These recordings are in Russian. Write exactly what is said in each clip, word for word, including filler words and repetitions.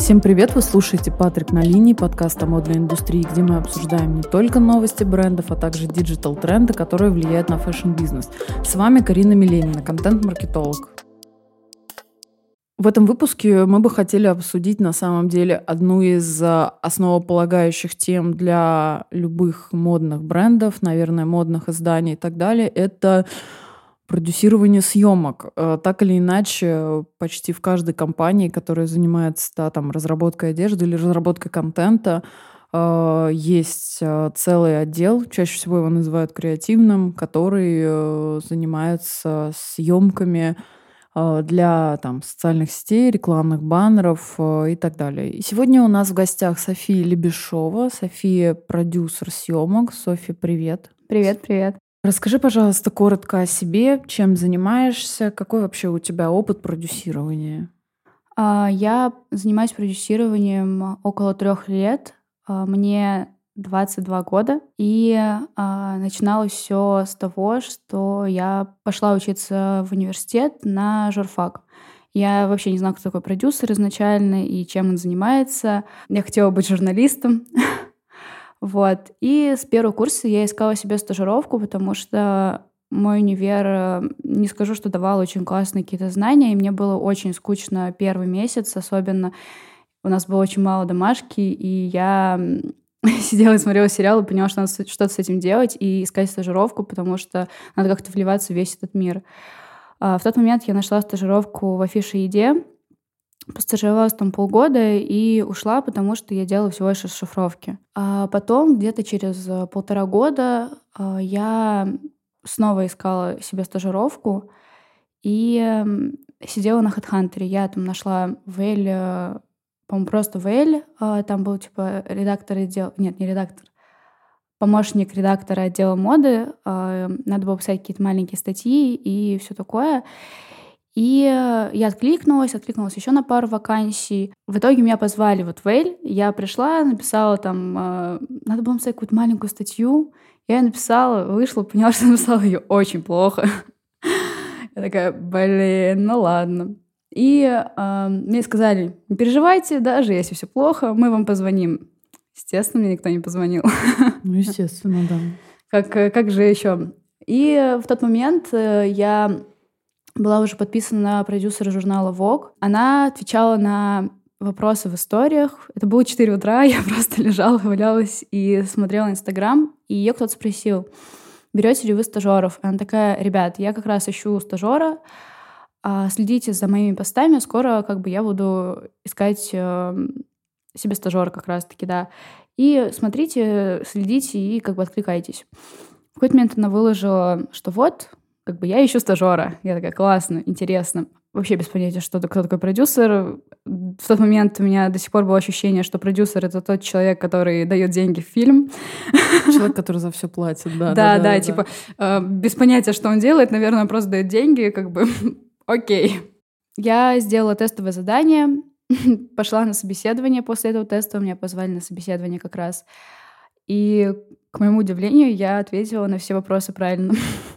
Всем привет! Вы слушаете «Патрик на линии», подкаст о модной индустрии, где мы обсуждаем не только новости брендов, а также диджитал-тренды, которые влияют на фэшн-бизнес. С вами Карина Миленина, контент-маркетолог. В этом выпуске мы бы хотели обсудить на самом деле одну из основополагающих тем для любых модных брендов, наверное, модных изданий и так далее. Это продюсирование съемок. Так или иначе, почти в каждой компании, которая занимается да, там, разработкой одежды или разработкой контента, есть целый отдел, чаще всего его называют креативным, который занимается съемками для там, социальных сетей, рекламных баннеров и так далее. И сегодня у нас в гостях София Лебешова. София — продюсер съемок. София, привет. Привет, привет. Расскажи, пожалуйста, коротко о себе, чем занимаешься, какой вообще у тебя опыт продюсирования? Я занимаюсь продюсированием около трех лет. Мне двадцать два года. И а, начиналось все с того, что я пошла учиться в университет на журфак. Я вообще не знала, кто такой продюсер изначально и чем он занимается. Я хотела быть журналистом. Вот. И с первого курса я искала себе стажировку, потому что мой универ, не скажу, что давал очень классные какие-то знания, и мне было очень скучно первый месяц, особенно у нас было очень мало домашки, и я сидела и смотрела сериал и поняла, что надо что-то с этим делать и искать стажировку, потому что надо как-то вливаться в весь этот мир. В тот момент я нашла стажировку в Афише Еде, постажировалась там полгода и ушла, потому что я делала всего лишь расшифровки. А потом, где-то через полтора года, я снова искала себе стажировку и сидела на HeadHunter. Я там нашла Вэль, по-моему, просто Вэль. Там был типа редактор отдела... Нет, не редактор. Помощник редактора отдела моды. Надо было писать какие-то маленькие статьи и все такое. И я откликнулась, откликнулась еще на пару вакансий. В итоге меня позвали вот в Вэль. Я пришла, написала там... Надо было написать какую-то маленькую статью. Я ее написала, вышла, поняла, что написала ее очень плохо. Я такая, блин, ну ладно. И э, мне сказали, не переживайте, даже если все плохо, мы вам позвоним. Естественно, мне никто не позвонил. Ну, естественно, да. Как, как же еще? И в тот момент я была уже подписана на продюсера журнала Vogue. Она отвечала на вопросы в историях. Это было четыре утра, я просто лежала, валялась и смотрела Инстаграм. И ее кто-то спросил, берете ли вы стажеров? Она такая, ребят, я как раз ищу стажера, следите за моими постами, скоро как бы я буду искать э, себе стажера как раз-таки, да. И смотрите, следите и как бы откликайтесь. В какой-то момент она выложила, что вот, как бы я ищу стажера. Я такая, классно, интересно. Вообще без понятия, что кто такой продюсер. В тот момент у меня до сих пор было ощущение, что продюсер — это тот человек, который дает деньги в фильм. Человек, который за все платит, да. Да, да, типа без понятия, что он делает, наверное, он просто дает деньги, как бы окей. Я сделала тестовое задание, пошла на собеседование после этого теста, меня позвали на собеседование как раз. И, к моему удивлению, я ответила на все вопросы правильно.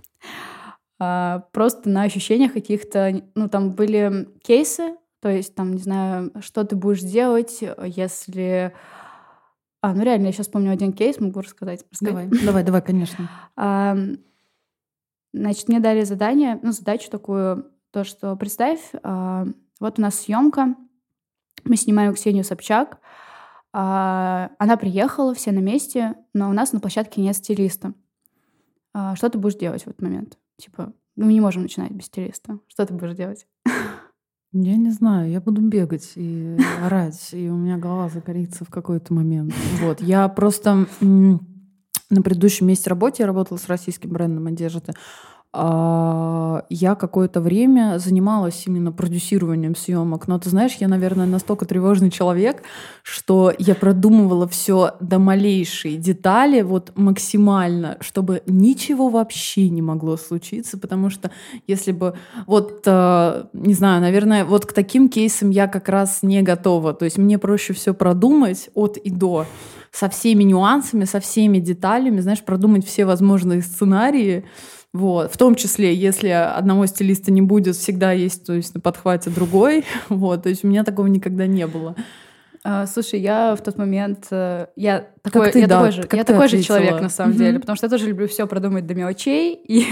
Просто на ощущениях каких-то, ну, там были кейсы, то есть, там, не знаю, что ты будешь делать, если... А, ну, реально, я сейчас помню один кейс, могу рассказать. Давай, давай, давай, конечно. А, значит, мне дали задание, ну, задачу такую, то, что представь, а, вот у нас съемка, мы снимаем Ксению Собчак, а, она приехала, все на месте, но у нас на площадке нет стилиста. А, что ты будешь делать в этот момент? Типа, ну, мы не можем начинать без стилиста. Что ты будешь делать? Я не знаю, я буду бегать и орать, и у меня голова загорится в какой-то момент. Вот. Я просто м- на предыдущем месте работы я работала с российским брендом одежды. А, я какое-то время занималась именно продюсированием съемок. Но ты знаешь, я, наверное, настолько тревожный человек, что я продумывала все до малейшей детали, вот максимально, чтобы ничего вообще не могло случиться, потому что если бы, вот, э, не знаю, наверное, вот к таким кейсам я как раз не готова. То есть мне проще все продумать от и до, со всеми нюансами, со всеми деталями, знаешь, продумать все возможные сценарии. Вот. В том числе, если одного стилиста не будет, всегда есть, то есть на подхвате другой. Вот. То есть у меня такого никогда не было. А, слушай, я в тот момент... э, Я такой, ты, я да, такой же, как я ты такой же ответила? человек на самом Мгм. деле, потому что я тоже люблю все продумать до мелочей. И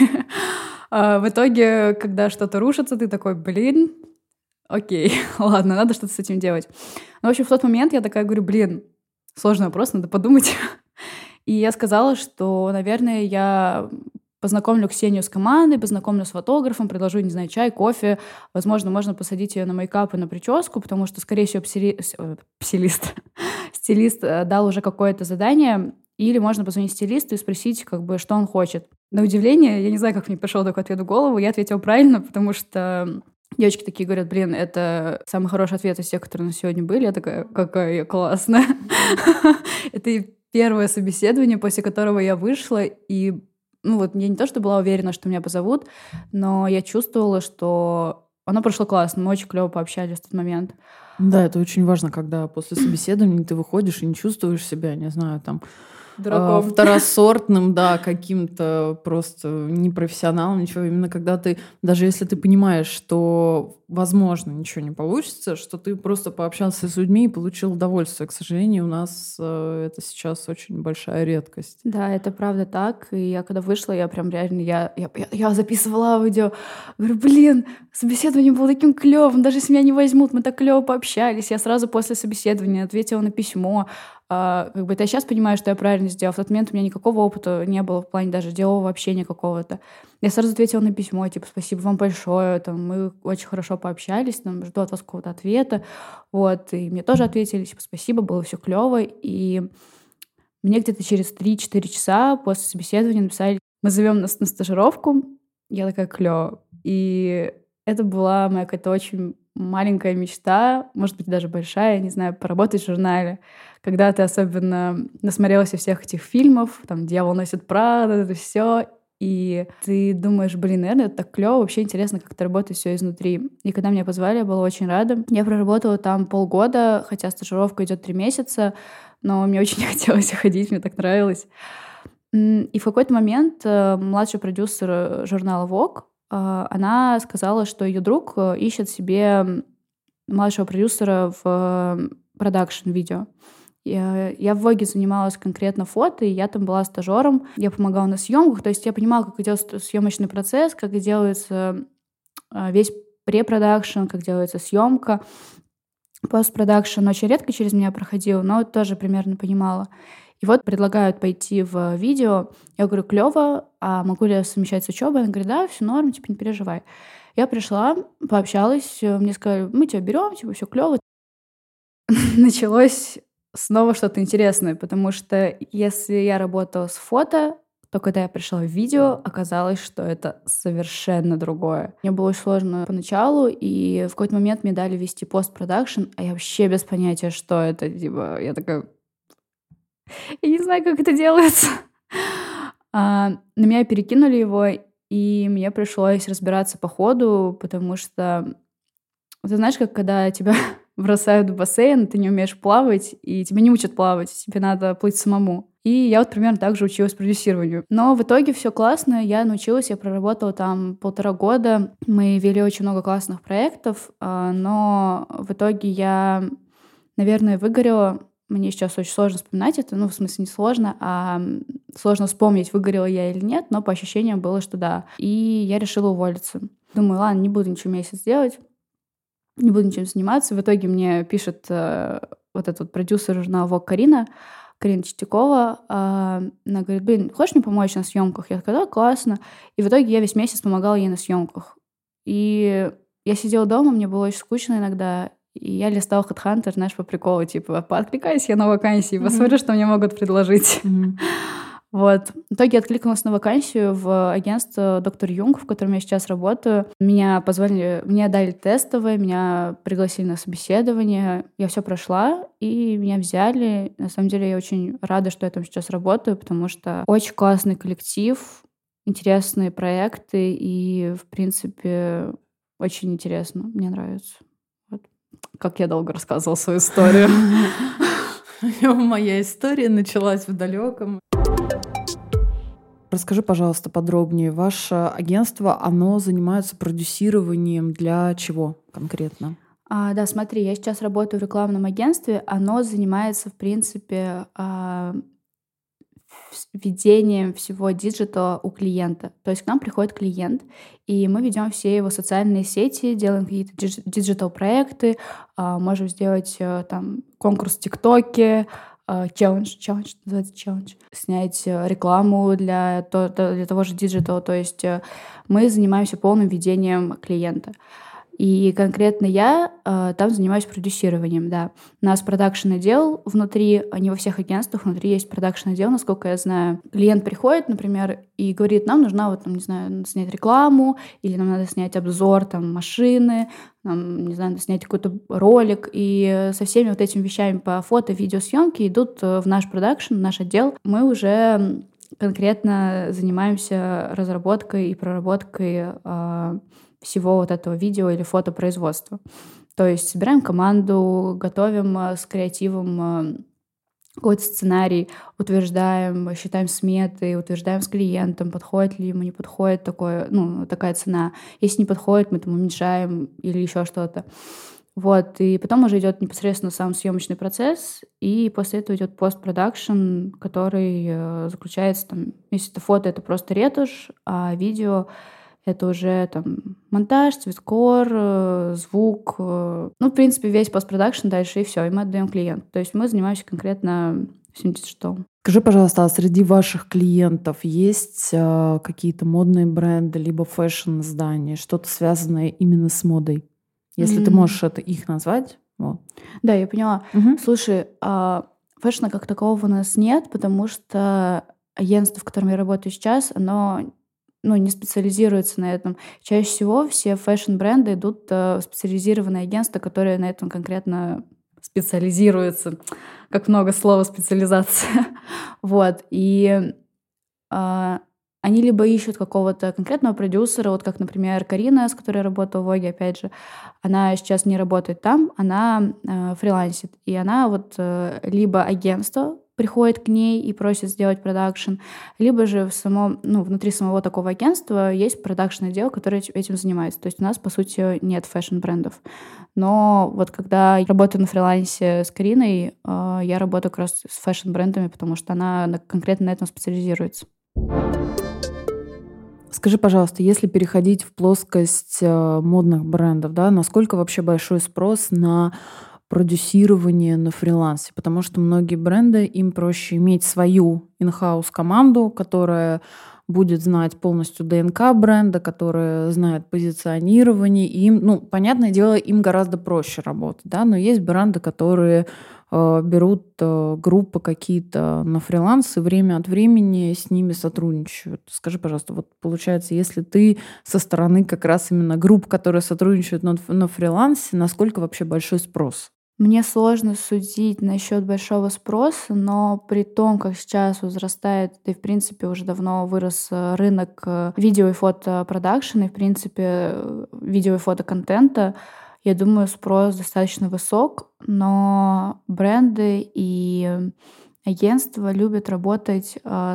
а, в итоге, когда что-то рушится, ты такой, блин, окей, ладно, надо что-то с этим делать. Ну, в общем, в тот момент я такая говорю, блин, сложный вопрос, надо подумать. И я сказала, что, наверное, я познакомлю Ксению с командой, познакомлю с фотографом, предложу, не знаю, чай, кофе. Возможно, можно посадить ее на мейкап и на прическу, потому что, скорее всего, псили- с- э, псилист, стилист э, дал уже какое-то задание. Или можно позвонить стилисту и спросить, как бы, что он хочет. На удивление, я не знаю, как мне пришел такой ответ в голову, я ответила правильно, потому что девочки такие говорят, блин, это самый хороший ответ из тех, которые у нас сегодня были. Я такая, какая я классная. Это и первое собеседование, после которого я вышла, и ну вот я не то, что была уверена, что меня позовут, но я чувствовала, что оно прошло классно, мы очень клево пообщались в тот момент. Да, это очень важно, когда после собеседования ты выходишь и не чувствуешь себя, не знаю, там, а, Дураком. второсортным, да, каким-то просто непрофессионалом, ничего. Именно когда ты, даже если ты понимаешь, что, возможно, ничего не получится, что ты просто пообщался с людьми и получил удовольствие. К сожалению, у нас э, это сейчас очень большая редкость. Да, это правда так. И я когда вышла, я прям реально, я, я, я- я записывала аудио. Говорю, блин, собеседование было таким клевым, даже если меня не возьмут, мы так клево пообщались. Я сразу после собеседования ответила на письмо. А, как бы это я сейчас понимаю, что я правильно сделала. В тот момент у меня никакого опыта не было в плане даже делового общения какого-то. Я сразу ответила на письмо, типа, спасибо вам большое, там, мы очень хорошо пообщались, там, жду от вас какого-то ответа. Вот, и мне тоже ответили, типа, спасибо, было все клево. И мне где-то через три-четыре часа после собеседования написали, мы зовем нас на стажировку. Я такая, клево. И это была моя какая-то очень маленькая мечта, может быть, даже большая, я не знаю, поработать в журнале. Когда ты особенно насмотрелась всех этих фильмов, там «Дьявол носит Прада», это все, и ты думаешь, блин, наверное, это так клево, вообще интересно, как это работает все изнутри. И когда меня позвали, я была очень рада. Я проработала там полгода, хотя стажировка идет три месяца, но мне очень не хотелось уходить, мне так нравилось. М, И в какой-то момент э, младший продюсер э, журнала Vogue, э, она сказала, что ее друг э, ищет себе м, младшего продюсера в продакшн-видео. Я, я в Vogue занималась конкретно фото, и я там была стажером. Я помогала на съемках, то есть я понимала, как идет съемочный процесс, как делается э, весь препродакшн, как делается съемка. Постпродакшн очень редко через меня проходил, но тоже примерно понимала. И вот предлагают пойти в видео. Я говорю, клево, а могу ли я совмещать с учебой? Она говорит, да, все норм, типа, не переживай. Я пришла, пообщалась, э, мне сказали, мы тебя берем, типа, все клево. Началось снова что-то интересное, потому что если я работала с фото, то когда я пришла в видео, оказалось, что это совершенно другое. Мне было очень сложно поначалу, и в какой-то момент мне дали вести постпродакшн, а я вообще без понятия, что это. Типа, я такая, я не знаю, как это делается. А, на меня перекинули его, и мне пришлось разбираться по ходу, потому что ты знаешь, как когда тебя бросают в бассейн, ты не умеешь плавать, и тебя не учат плавать, тебе надо плыть самому. И я вот примерно так же училась продюсированию. Но в итоге все классно, я научилась, я проработала там полтора года. Мы вели очень много классных проектов, а, но в итоге я, наверное, выгорела. Мне сейчас очень сложно вспоминать это, ну, в смысле, не сложно, а м, сложно вспомнить, выгорела я или нет, но по ощущениям было, что да. И я решила уволиться. Думаю, ладно, не буду ничего месяц делать, не буду ничем заниматься. В итоге мне пишет э, вот этот вот продюсер журнала Vogue Карина, Карина Чистякова. А, она говорит, блин, хочешь мне помочь на съемках? Я такая, да, классно. И в итоге я весь месяц помогала ей на съемках. И я сидела дома, мне было очень скучно иногда, и я листала HeadHunter, знаешь, по приколу, типа, пооткликайся я на вакансии, посмотрю, что мне могут предложить. Мгм. Вот. В итоге я откликнулась на вакансию в агентство «Доктор Юнг», в котором я сейчас работаю. Меня позвали, мне дали тестовое, меня пригласили на собеседование. Я все прошла, и меня взяли. На самом деле я очень рада, что я там сейчас работаю, потому что очень классный коллектив, интересные проекты, и, в принципе, очень интересно. Мне нравится. Вот. Как я долго рассказывала свою историю. Моя история началась в далеком. Расскажи, пожалуйста, подробнее. Ваше агентство, оно занимается продюсированием для чего конкретно? А, да, смотри, я сейчас работаю в рекламном агентстве. Оно занимается, в принципе, а, вс- ведением всего диджитала у клиента. То есть к нам приходит клиент, и мы ведем все его социальные сети, делаем какие-то дидж- диджитал-проекты, а, можем сделать э, там конкурс в ТикТоке, а, челлендж, челлендж, называется челлендж, снять э, рекламу для, то- то- для того же диджитала. То есть э, мы занимаемся полным ведением клиента. И конкретно я э, там занимаюсь продюсированием, да. У нас продакшн-отдел внутри, а не во всех агентствах, внутри есть продакшн-отдел, насколько я знаю. Клиент приходит, например, и говорит, нам нужна, вот, там, не знаю, надо снять рекламу, или нам надо снять обзор там, машины, нам, не знаю, надо снять какой-то ролик. И со всеми вот этими вещами по фото, видеосъемке идут э, в наш продакшн, в наш отдел. Мы уже конкретно занимаемся разработкой и проработкой э, всего вот этого видео или фотопроизводства. То есть собираем команду, готовим э, с креативом э, какой-то сценарий, утверждаем, считаем сметы, утверждаем с клиентом, подходит ли ему, не подходит такое, ну, такая цена. Если не подходит, мы там уменьшаем или еще что-то. Вот, и потом уже идет непосредственно сам съемочный процесс, и после этого идет постпродакшн, который э, заключается там, если это фото, это просто ретушь, а видео это уже там монтаж, цветкор, э, звук. э, Ну, в принципе, весь постпродакшн дальше и все, и мы отдаем клиенту. То есть мы занимаемся конкретно всем диджиталом. Скажи, пожалуйста, а среди ваших клиентов есть а, какие-то модные бренды, либо фэшн-издания, что-то связанное именно с модой? Если ты М, можешь это их назвать. Вот. Да, я поняла. Мгм. Слушай, а фэшна как такового у нас нет, потому что агентство, в котором я работаю сейчас, оно ну, не специализируется на этом. Чаще всего все фэшн-бренды идут э, в специализированные агентства, которые на этом конкретно специализируются. Как много слова специализация. Вот. И а, они либо ищут какого-то конкретного продюсера, вот как, например, Карина, с которой я работала в Воге, опять же, она сейчас не работает там, она э, фрилансит. И она вот э, либо агентство приходит к ней и просит сделать продакшн, либо же в самом, ну, внутри самого такого агентства есть продакшн-отдел, который эти- этим занимается. То есть у нас, по сути, нет фэшн-брендов. Но вот когда я работаю на фрилансе с Кариной, э, я работаю как раз с фэшн-брендами, потому что она на- конкретно на этом специализируется. Скажи, пожалуйста, если переходить в плоскость э, модных брендов, да, насколько вообще большой спрос на продюсирование на фрилансе? Потому что многие бренды, им проще иметь свою in-house команду, которая будет знать полностью ДНК бренда, которая знает позиционирование. И им, ну, понятное дело, им гораздо проще работать, да, но есть бренды, которые э, берут э, группы какие-то на фриланс и время от времени с ними сотрудничают. Скажи, пожалуйста, вот получается, если ты со стороны как раз именно групп, которые сотрудничают на, на фрилансе, насколько вообще большой спрос? Мне сложно судить насчет большого спроса, но при том, как сейчас возрастает, да и в принципе уже давно вырос э, рынок э, видео и фотопродакшена, и в принципе э, видео и фотоконтента, я думаю, спрос достаточно высок, но бренды и агентства любят работать а,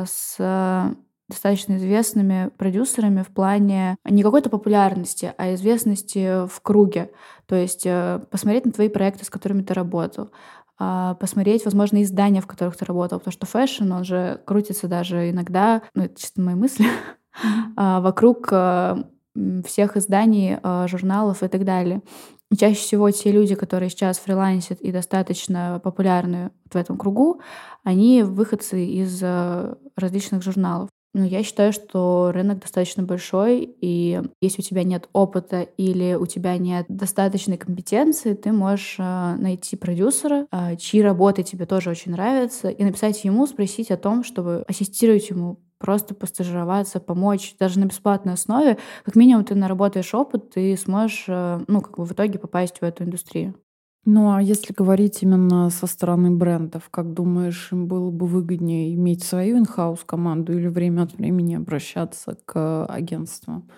с достаточно известными продюсерами в плане не какой-то популярности, а известности в круге. То есть э, посмотреть на твои проекты, с которыми ты работал, а, посмотреть, возможно, издания, в которых ты работал, потому что фэшн, он же крутится даже иногда, ну, это чисто мои мысли, Мгм. а, вокруг а, м, всех изданий, а, журналов и так далее. И чаще всего те люди, которые сейчас фрилансят и достаточно популярны в этом кругу, они выходцы из а, различных журналов. Но я считаю, что рынок достаточно большой, и если у тебя нет опыта или у тебя нет достаточной компетенции, ты можешь а, найти продюсера, а, чьи работы тебе тоже очень нравятся, и написать ему, спросить о том, чтобы ассистировать ему, просто постажироваться, помочь, даже на бесплатной основе. Как минимум ты наработаешь опыт, ты сможешь, э, ну, как бы в итоге попасть в эту индустрию. Ну, а если говорить именно со стороны брендов, как думаешь, им было бы выгоднее иметь свою инхаус команду или время от времени обращаться к агентству?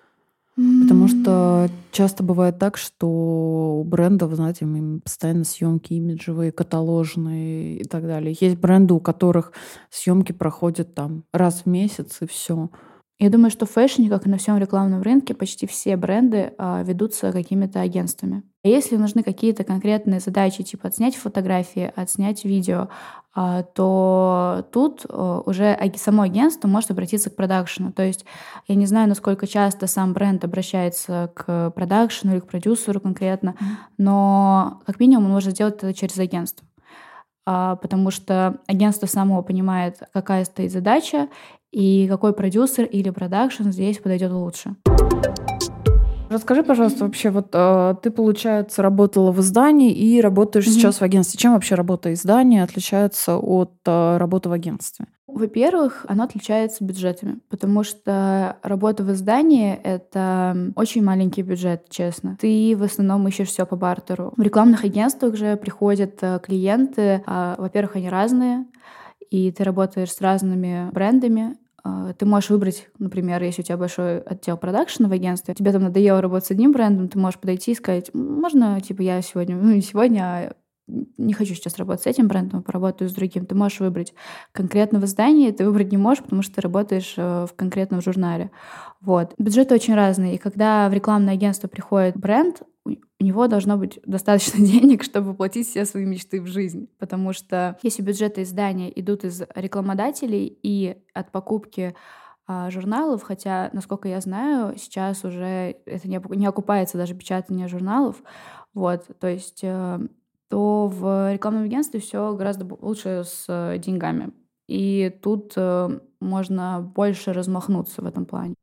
Потому что М, часто бывает так, что у брендов, знаете, им постоянно съемки имиджевые, каталожные и так далее. Есть бренды, у которых съемки проходят там раз в месяц и все. Я думаю, что в фэшне, как и на всем рекламном рынке, почти все бренды а, ведутся какими-то агентствами. А если нужны какие-то конкретные задачи, типа отснять фотографии, отснять видео, а, то тут а, уже аги- само агентство может обратиться к продакшену. То есть я не знаю, насколько часто сам бренд обращается к продакшену или к продюсеру конкретно, но как минимум он может сделать это через агентство. А, потому что агентство само понимает, какая стоит задача и какой продюсер или продакшн здесь подойдет лучше. Расскажи, пожалуйста, вообще, вот э, ты, получается, работала в издании и работаешь Мгм. сейчас в агентстве. Чем вообще работа издания отличается от э, работы в агентстве? Во-первых, оно отличается бюджетами, потому что работа в издании — это очень маленький бюджет, честно. Ты в основном ищешь все по бартеру. В рекламных агентствах же приходят э, клиенты, а, во-первых, они разные, и ты работаешь с разными брендами. А, Ты можешь выбрать, например, если у тебя большой отдел продакшена в агентстве, тебе там надоело работать с одним брендом, ты можешь подойти и сказать: «М, можно, типа, я сегодня, ну не сегодня, а не хочу сейчас работать с этим брендом, поработаю с другим». Ты можешь выбрать. Конкретно в издании ты выбрать не можешь, потому что ты работаешь э, в конкретном журнале. Вот. Бюджеты очень разные. И когда в рекламное агентство приходит бренд, у у него должно быть достаточно денег, чтобы воплотить все свои мечты в жизнь. Потому что если бюджеты издания идут из рекламодателей и от покупки а, журналов, хотя, насколько я знаю, сейчас уже это не, оку- не окупается даже печатание журналов, вот, то есть, э, то в рекламном агентстве все гораздо бо- лучше с э, деньгами. И тут э, можно больше размахнуться в этом плане.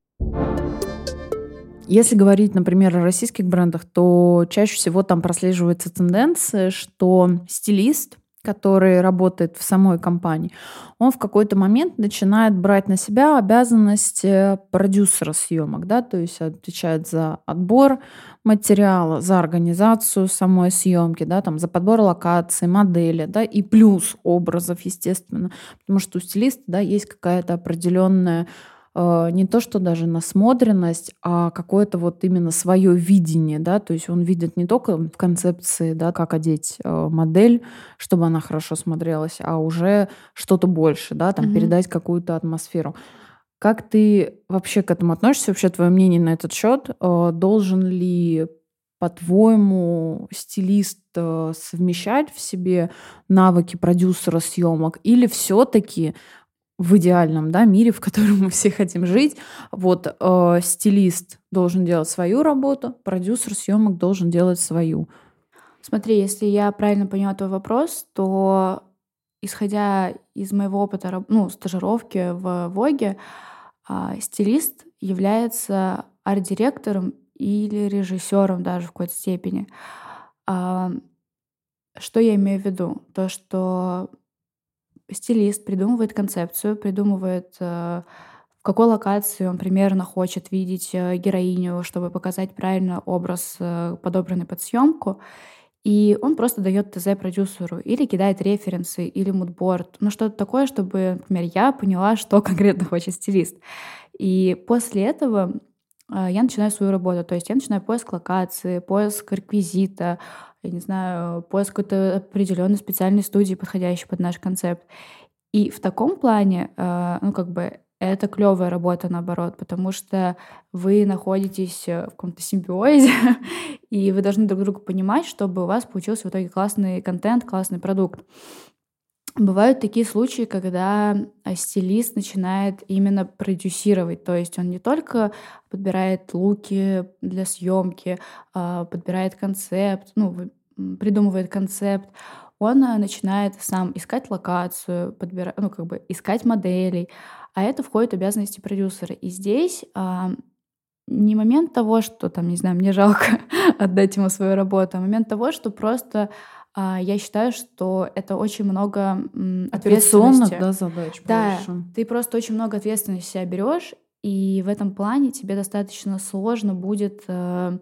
Если говорить, например, о российских брендах, то чаще всего там прослеживается тенденция, что стилист, который работает в самой компании, он в какой-то момент начинает брать на себя обязанности продюсера съемок, да, то есть отвечает за отбор материала, за организацию самой съемки, да, там, за подбор локаций, модели, да, и плюс образов, естественно, потому что у стилиста, да, есть какая-то определенная э, не то, что даже насмотренность, а какое-то вот именно свое видение, да, то есть он видит не только в концепции, да, как одеть э, модель, чтобы она хорошо смотрелась, а уже что-то больше, да, там Мгм. передать какую-то атмосферу. Как ты вообще к этому относишься? Вообще твое мнение на этот счет? Э, Должен ли, по-твоему, стилист э, совмещать в себе навыки продюсера съемок, или все-таки в идеальном, да, мире, в котором мы все хотим жить, вот э, стилист должен делать свою работу, продюсер съемок должен делать свою. Смотри, если я правильно поняла твой вопрос, то, исходя из моего опыта, раб- ну, стажировки в Воге, а, стилист является арт-директором или режиссером даже в какой-то степени. А, Что я имею в виду? То, что стилист придумывает концепцию, придумывает, э, в какой локации он примерно хочет видеть э, героиню, чтобы показать правильно образ, э, подобранный под съемку. И он просто дает ТЗ продюсеру или кидает референсы, или мудборд. Ну, что-то такое, чтобы, например, я поняла, что конкретно хочет стилист. И после этого а, я начинаю свою работу. То есть я начинаю поиск локации, поиск реквизита, я не знаю, поиск какой-то определенной специальной студии, подходящей под наш концепт. И в таком плане, а, ну, как бы, это клевая работа, наоборот, потому что вы находитесь э, в каком-то симбиозе, и вы должны друг друга понимать, чтобы у вас получился в итоге классный контент, классный продукт. Бывают такие случаи, когда а, стилист начинает именно продюсировать, то есть он не только подбирает луки для съемки, а, подбирает концепт, ну, вы- м, придумывает концепт, он а, начинает сам искать локацию, подбира- ну, как бы искать моделей, а это входит в обязанности продюсера. И здесь а, не момент того, что там, не знаю, мне жалко отдать ему свою работу, а момент того, что просто а, я считаю, что это очень много м, Операционных, ответственности. да, задач Да, больше. ты просто очень много ответственности себя берешь, и в этом плане тебе достаточно сложно будет э,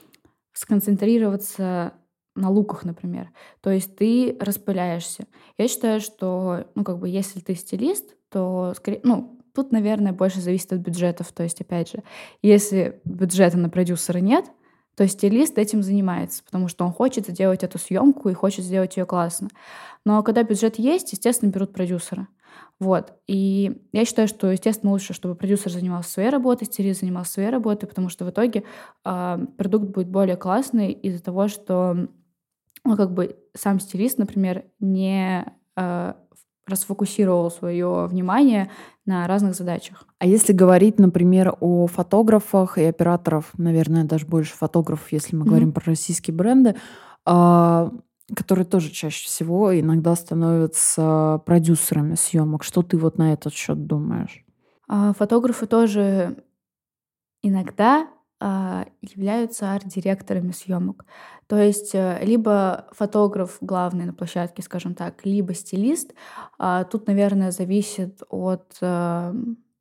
сконцентрироваться на луках, например. То есть ты распыляешься. Я считаю, что, ну, как бы, если ты стилист, то, скорее, ну, тут, наверное, больше зависит от бюджетов. То есть, опять же, если бюджета на продюсера нет, то стилист этим занимается, потому что он хочет сделать эту съемку и хочет сделать ее классно. Но когда бюджет есть, естественно, берут продюсера. Вот. И я считаю, что, естественно, лучше, чтобы продюсер занимался своей работой, стилист занимался своей работой, потому что в итоге э, продукт будет более классный из-за того, что ну, как бы сам стилист, например, не э, расфокусировал свое внимание на разных задачах. А если говорить, например, о фотографах и операторов, наверное, даже больше фотографов, если мы mm-hmm. говорим про российские бренды, э, которые тоже чаще всего иногда становятся продюсерами съемок. Что ты вот на этот счет думаешь? А, фотографы тоже иногда а, являются арт-директорами съемок. То есть либо фотограф главный на площадке, скажем так, либо стилист. А, тут, наверное, зависит от а,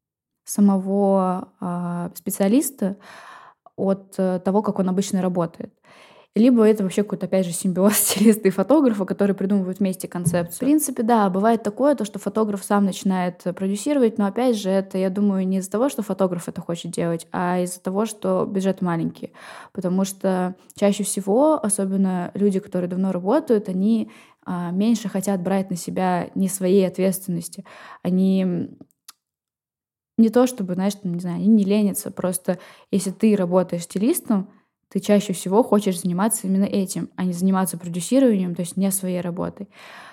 самого а, специалиста, от а, того, как он обычно работает. Либо это вообще какой-то, опять же, симбиоз стилиста и фотографа, которые придумывают вместе концепцию. В принципе, да, бывает такое, то, что фотограф сам начинает продюсировать, но, опять же, это, я думаю, не из-за того, что фотограф это хочет делать, а из-за того, что бюджет маленький. Потому что чаще всего, особенно люди, которые давно работают, они а, меньше хотят брать на себя не своей ответственности. Они не то чтобы, знаешь, не знаю, они не ленятся. Просто если ты работаешь стилистом, ты чаще всего хочешь заниматься именно этим, а не заниматься продюсированием, то есть не своей работой.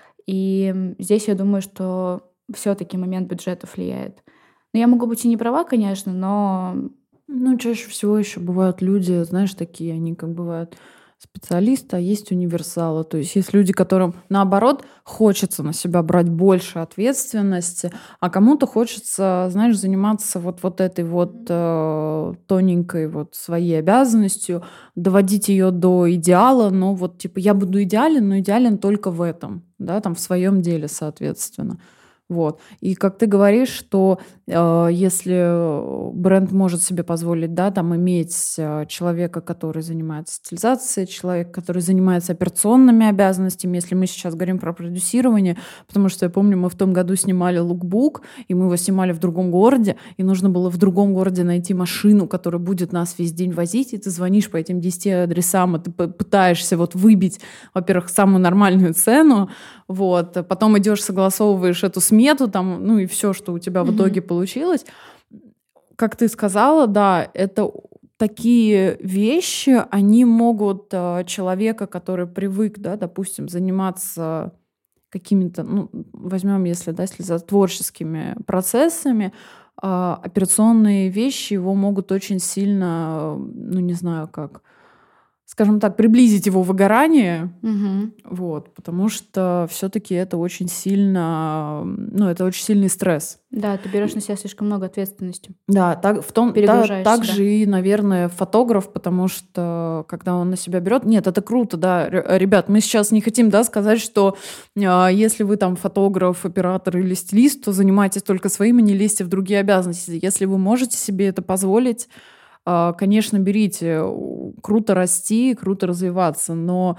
И здесь я думаю, что все-таки момент бюджета влияет. Но я могу быть и не права, конечно, но... Ну, чаще всего еще бывают люди, знаешь, такие, они как бывают специалисты, а есть универсалы. То есть есть люди, которым, наоборот, хочется на себя брать больше ответственности, а кому-то хочется, знаешь, заниматься вот, вот этой вот э, тоненькой вот своей обязанностью, доводить ее до идеала, но вот типа я буду идеален, но идеален только в этом, да, там в своем деле, соответственно. Вот. И как ты говоришь, что э, если бренд может себе позволить, да, там, иметь э, человека, который занимается стилизацией, человека, который занимается операционными обязанностями, если мы сейчас говорим про продюсирование, потому что я помню, мы в том году снимали лукбук, и мы его снимали в другом городе, и нужно было в другом городе найти машину, которая будет нас весь день возить, и ты звонишь по этим десяти адресам, и ты пытаешься вот выбить, во-первых, самую нормальную цену, вот, потом идешь, согласовываешь эту смету, там, ну и все, что у тебя в итоге mm-hmm. получилось. Как ты сказала, да, это такие вещи, они могут человека, который привык, да, допустим, заниматься какими-то, ну, возьмем, если, да, если за творческими процессами, операционные вещи его могут очень сильно, ну, не знаю как, скажем так, приблизить его выгорание, угу. вот, потому что все-таки это очень сильно, ну, это очень сильный стресс. Да, ты берешь на себя слишком много ответственности. Да, так, в том, да, также и, наверное, фотограф, потому что когда он на себя берет, нет, это круто, да, ребят, мы сейчас не хотим, да, сказать, что э, если вы там фотограф, оператор или стилист, то занимайтесь только своим и не лезьте в другие обязанности. Если вы можете себе это позволить, конечно, берите, круто расти, круто развиваться, но,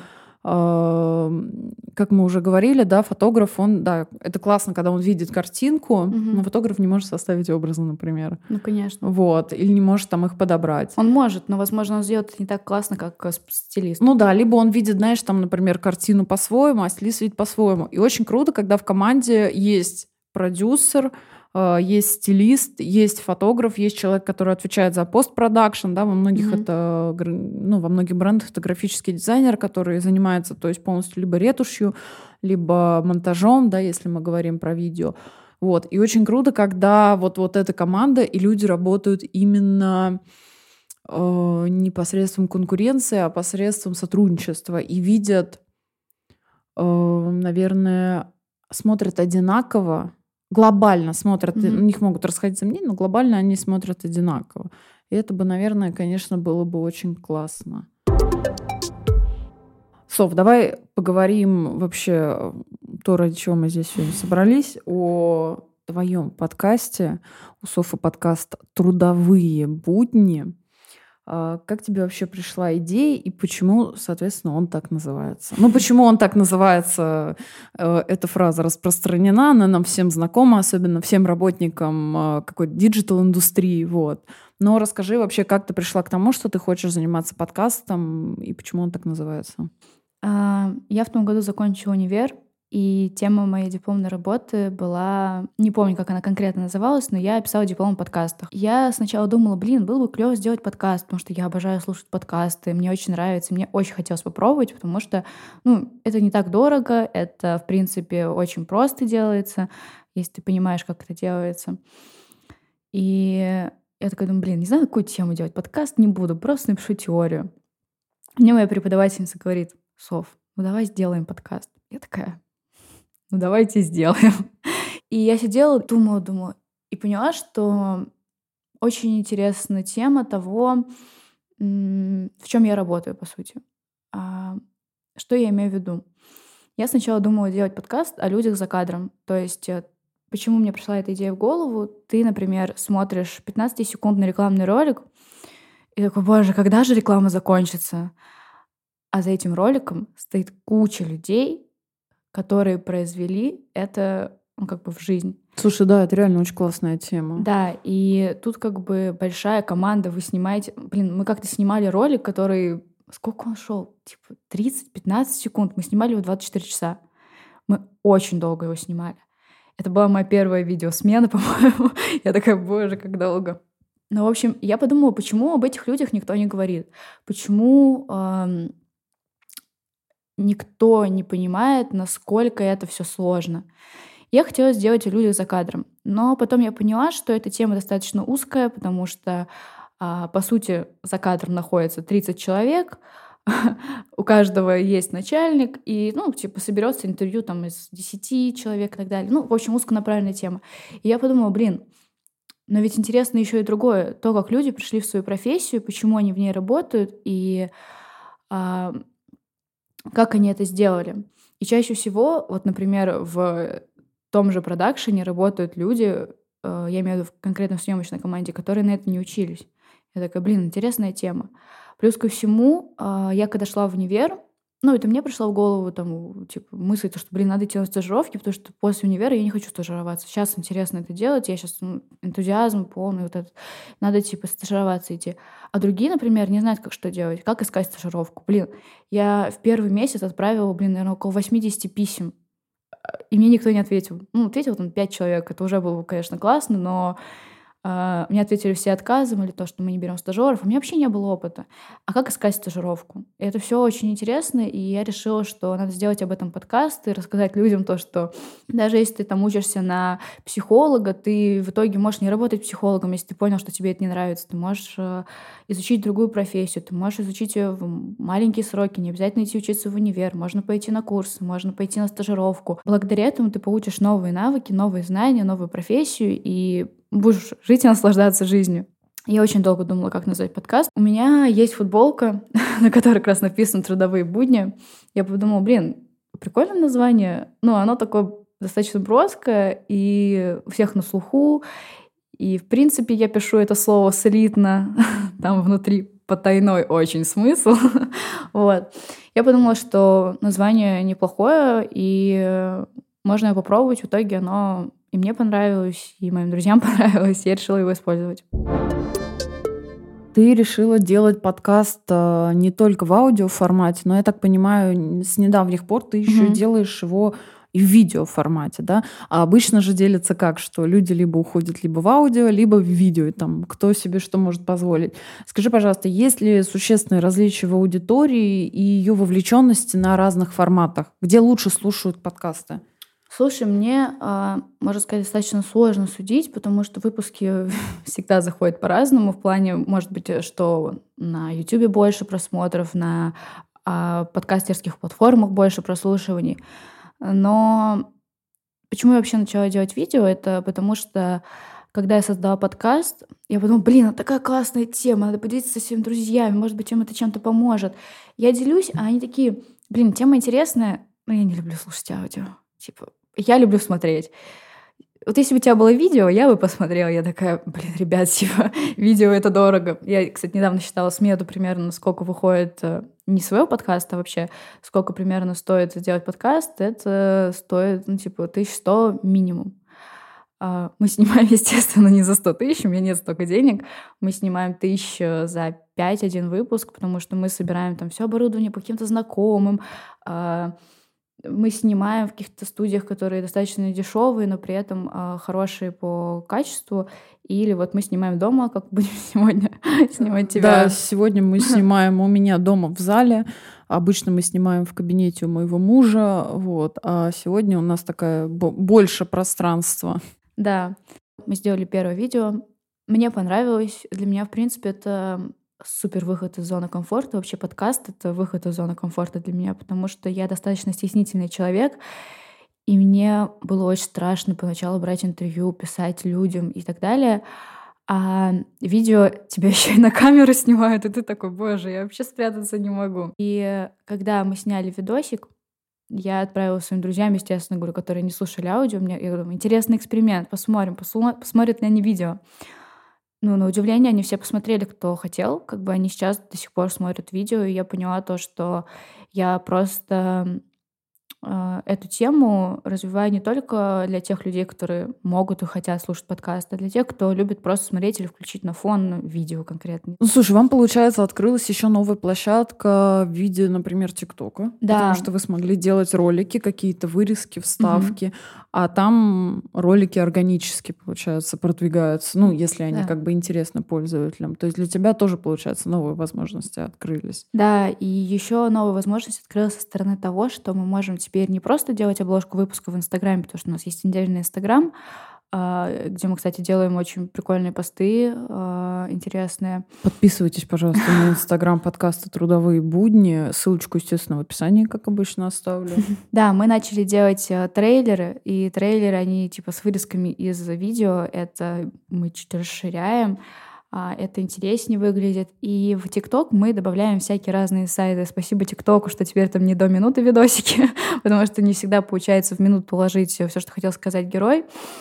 как мы уже говорили, да, фотограф, он, да, это классно, когда он видит картинку, угу. но фотограф не может составить образы, например. Ну, конечно. Вот, или не может там их подобрать. Он может, но, возможно, он сделает это не так классно, как стилист. Ну да, либо он видит, знаешь, там, например, картину по-своему, а стилист видит по-своему. И очень круто, когда в команде есть продюсер, есть стилист, есть фотограф, есть человек, который отвечает за постпродакшн, да, во многих mm-hmm. это, ну, во многих брендах это графический дизайнер, который занимается, то есть полностью либо ретушью, либо монтажом, да, если мы говорим про видео. Вот. И очень круто, когда вот, вот эта команда и люди работают именно э, не посредством конкуренции, а посредством сотрудничества и видят, э, наверное, смотрят одинаково, глобально смотрят, mm-hmm. у них могут расходиться мнения, но глобально они смотрят одинаково. И это бы, наверное, конечно, было бы очень классно. Соф, давай поговорим вообще то, ради чего мы здесь сегодня собрались, о твоем подкасте. У Софы подкаст «Трудовые будни». Как тебе вообще пришла идея и почему, соответственно, он так называется? Ну, почему он так называется? Эта фраза распространена, она нам всем знакома, особенно всем работникам какой-то диджитал-индустрии. Вот. Но расскажи вообще, как ты пришла к тому, что ты хочешь заниматься подкастом и почему он так называется? А, Я в том году закончила универ, и тема моей дипломной работы была... Не помню, как она конкретно называлась, но я писала диплом о подкастах. Я сначала думала, блин, было бы клево сделать подкаст, потому что я обожаю слушать подкасты, мне очень нравится, мне очень хотелось попробовать, потому что, ну, это не так дорого, это, в принципе, очень просто делается, если ты понимаешь, как это делается. И я такая думаю, блин, не знаю, какую тему делать, подкаст не буду, просто напишу теорию. Мне моя преподавательница говорит, Соф, ну давай сделаем подкаст. Я такая, ну давайте сделаем. И я сидела, думала, думала, и поняла, что очень интересна тема того, м, в чем я работаю, по сути. А, Что я имею в виду? Я сначала думала делать подкаст о людях за кадром. То есть э, почему мне пришла эта идея в голову? Ты, например, смотришь пятнадцатисекундный рекламный ролик и такой, боже, когда же реклама закончится? А за этим роликом стоит куча людей, которые произвели это, ну, как бы в жизнь. Слушай, да, это реально очень классная тема. Да, и тут как бы большая команда, вы снимаете... Блин, мы как-то снимали ролик, который... Сколько он шел? Типа тридцать-пятнадцать секунд. Мы снимали его двадцать четыре часа. Мы очень долго его снимали. Это была моя первая видеосмена, по-моему. Я такая, боже, как долго. Ну, в общем, я подумала, почему об этих людях никто не говорит? Почему эм, никто не понимает, насколько это все сложно? Я хотела сделать о людях за кадром, но потом я поняла, что эта тема достаточно узкая, потому что, а, по сути, за кадром находится тридцать человек, у каждого есть начальник, и, ну, типа, соберется интервью там из десяти человек и так далее. Ну, в общем, узконаправленная тема. И я подумала, блин, но ведь интересно еще и другое, то, как люди пришли в свою профессию, почему они в ней работают, и а, как они это сделали. И чаще всего, вот, например, в том же продакшене работают люди, э, я имею в виду конкретно в съемочной команде, которые на это не учились. Я такая, блин, интересная тема. Плюс ко всему, а, я когда шла в универ, ну, это мне пришла в голову там, типа, мысль, то, что, блин, надо делать стажировки, потому что после универа я не хочу стажироваться. Сейчас интересно это делать, я сейчас ну, энтузиазм полный, вот этот. Надо, типа, стажироваться идти. А другие, например, не знают, как что делать, как искать стажировку. Блин, я в первый месяц отправила, блин, наверное, около восемьдесят писем, и мне никто не ответил. Ну, ответил там пять человек, это уже было, конечно, классно, но а, мне ответили все отказом или то, что мы не берем стажеров. У меня вообще не было опыта. А как искать стажировку? И это все очень интересно, и я решила, что надо сделать об этом подкаст и рассказать людям то, что даже если ты там учишься на психолога, ты в итоге можешь не работать психологом, если ты понял, что тебе это не нравится. Ты можешь э, изучить другую профессию, ты можешь изучить ее в маленькие сроки, не обязательно идти учиться в универ, можно пойти на курсы, можно пойти на стажировку. Благодаря этому ты получишь новые навыки, новые знания, новую профессию, и будешь жить и наслаждаться жизнью. Я очень долго думала, как назвать подкаст. У меня есть футболка, на которой как раз написано «Трудовые будни». Я подумала, блин, прикольное название. Ну, оно такое достаточно броское и у всех на слуху. И, в принципе, я пишу это слово слитно. Там внутри потайной очень смысл. Вот. Я подумала, что название неплохое, и можно его попробовать. В итоге оно и мне понравилось, и моим друзьям понравилось, и я решила его использовать. Ты решила делать подкаст а, не только в аудиоформате, но, я так понимаю, с недавних пор ты еще Мгм. делаешь его и в видеоформате, да? А обычно же делится как, что люди либо уходят либо в аудио, либо в видео, и там, кто себе что может позволить. Скажи, пожалуйста, есть ли существенные различия в аудитории и ее вовлеченности на разных форматах? Где лучше слушают подкасты? Слушай, мне, а, можно сказать, достаточно сложно судить, потому что выпуски всегда заходят по-разному. В плане, может быть, э, что на Ютубе больше просмотров, на а, подкастерских платформах больше прослушиваний. Но почему я вообще начала делать видео? Это потому что, когда я создала подкаст, я подумала, блин, это такая классная тема, надо поделиться со своими друзьями, может быть, им это чем-то поможет. Я делюсь, а они такие, блин, тема интересная, но я не люблю слушать аудио. Типа, я люблю смотреть. Вот если бы у тебя было видео, я бы посмотрела. Я такая, блин, ребят, типа, видео — это дорого. Я, кстати, недавно считала смету примерно, сколько выходит э, не своего подкаста, а вообще, сколько примерно стоит сделать подкаст. Это стоит, ну, типа, тысяча сто минимум. А, Мы снимаем, естественно, не за сто тысяч, у меня нет столько денег. Мы снимаем тысячу за пять один выпуск, потому что мы собираем там все оборудование по каким-то знакомым. А, Мы снимаем в каких-то студиях, которые достаточно дешевые, но при этом а, хорошие по качеству. Или вот мы снимаем дома, как будем сегодня снимать Да, тебя. сегодня мы снимаем у меня дома в зале. Обычно мы снимаем в кабинете у моего мужа, вот. А сегодня у нас такая бо- больше пространства. Да, мы сделали первое видео. Мне понравилось. Для меня, в принципе, это супер выход из зоны комфорта. Вообще подкаст — это выход из зоны комфорта для меня, потому что я достаточно стеснительный человек, и мне было очень страшно поначалу брать интервью, писать людям и так далее. А видео тебя еще и на камеру снимают, и ты такой: боже, я вообще спрятаться не могу. И когда мы сняли видосик, я отправила своим друзьям, естественно, говорю, которые не слушали аудио. Мне, я говорю: интересный эксперимент, посмотрим, посмо- посмотрят ли они видео. Ну, на удивление, они все посмотрели, кто хотел. Как бы они сейчас до сих пор смотрят видео, и я поняла то, что я просто э, эту тему развиваю не только для тех людей, которые могут и хотят слушать подкаст, а для тех, кто любит просто смотреть или включить на фон видео конкретно. Ну, слушай, вам, получается, открылась еще новая площадка в виде, например, ТикТока, потому Да. что вы смогли делать ролики, какие-то вырезки, Мгм. вставки, а там ролики органически, получается, продвигаются, ну, если они Да. как бы интересны пользователям. То есть для тебя тоже, получается, новые возможности открылись. Да, и еще новая возможность открылась со стороны того, что мы можем теперь не просто делать обложку выпуска в Инстаграме, потому что у нас есть отдельный Инстаграм, а, где мы, кстати, делаем очень прикольные посты, а, интересные. Подписывайтесь, пожалуйста, на инстаграм подкаста «Трудовые будни». Ссылочку, естественно, в описании, как обычно, оставлю. Да, мы начали делать э, трейлеры, и трейлеры, они типа с вырезками из видео, это мы чуть расширяем, а, это интереснее выглядит. И в ТикТок мы добавляем всякие разные сайты. Спасибо ТикТоку, что теперь там не до минуты видосики, потому что не всегда получается в минуту положить все, что хотел сказать герой.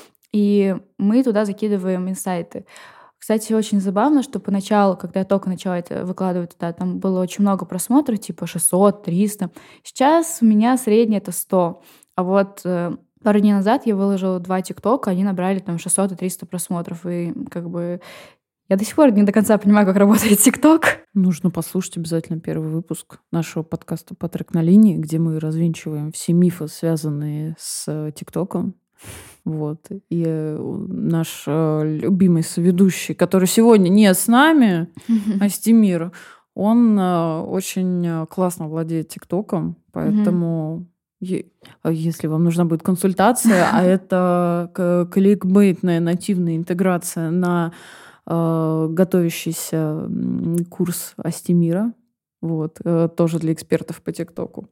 И мы туда закидываем инсайты. Кстати, очень забавно, что поначалу, когда я только начала это выкладывать туда, там было очень много просмотров, типа шестьсот, триста. Сейчас у меня среднее это сто. А вот э, пару дней назад я выложила два ТикТока, они набрали там шестьсот и триста просмотров. И как бы я до сих пор не до конца понимаю, как работает ТикТок. Нужно послушать обязательно первый выпуск нашего подкаста «Патрик на линии», где мы развенчиваем все мифы, связанные с ТикТоком. Вот. И э, наш э, любимый соведущий, который сегодня не с нами, Астемир, он э, очень э, классно владеет ТикТоком, поэтому е- а если вам нужна будет консультация, а это к- кликбейтная нативная интеграция на э, готовящийся м, курс Астемира, вот, э, тоже для экспертов по ТикТоку.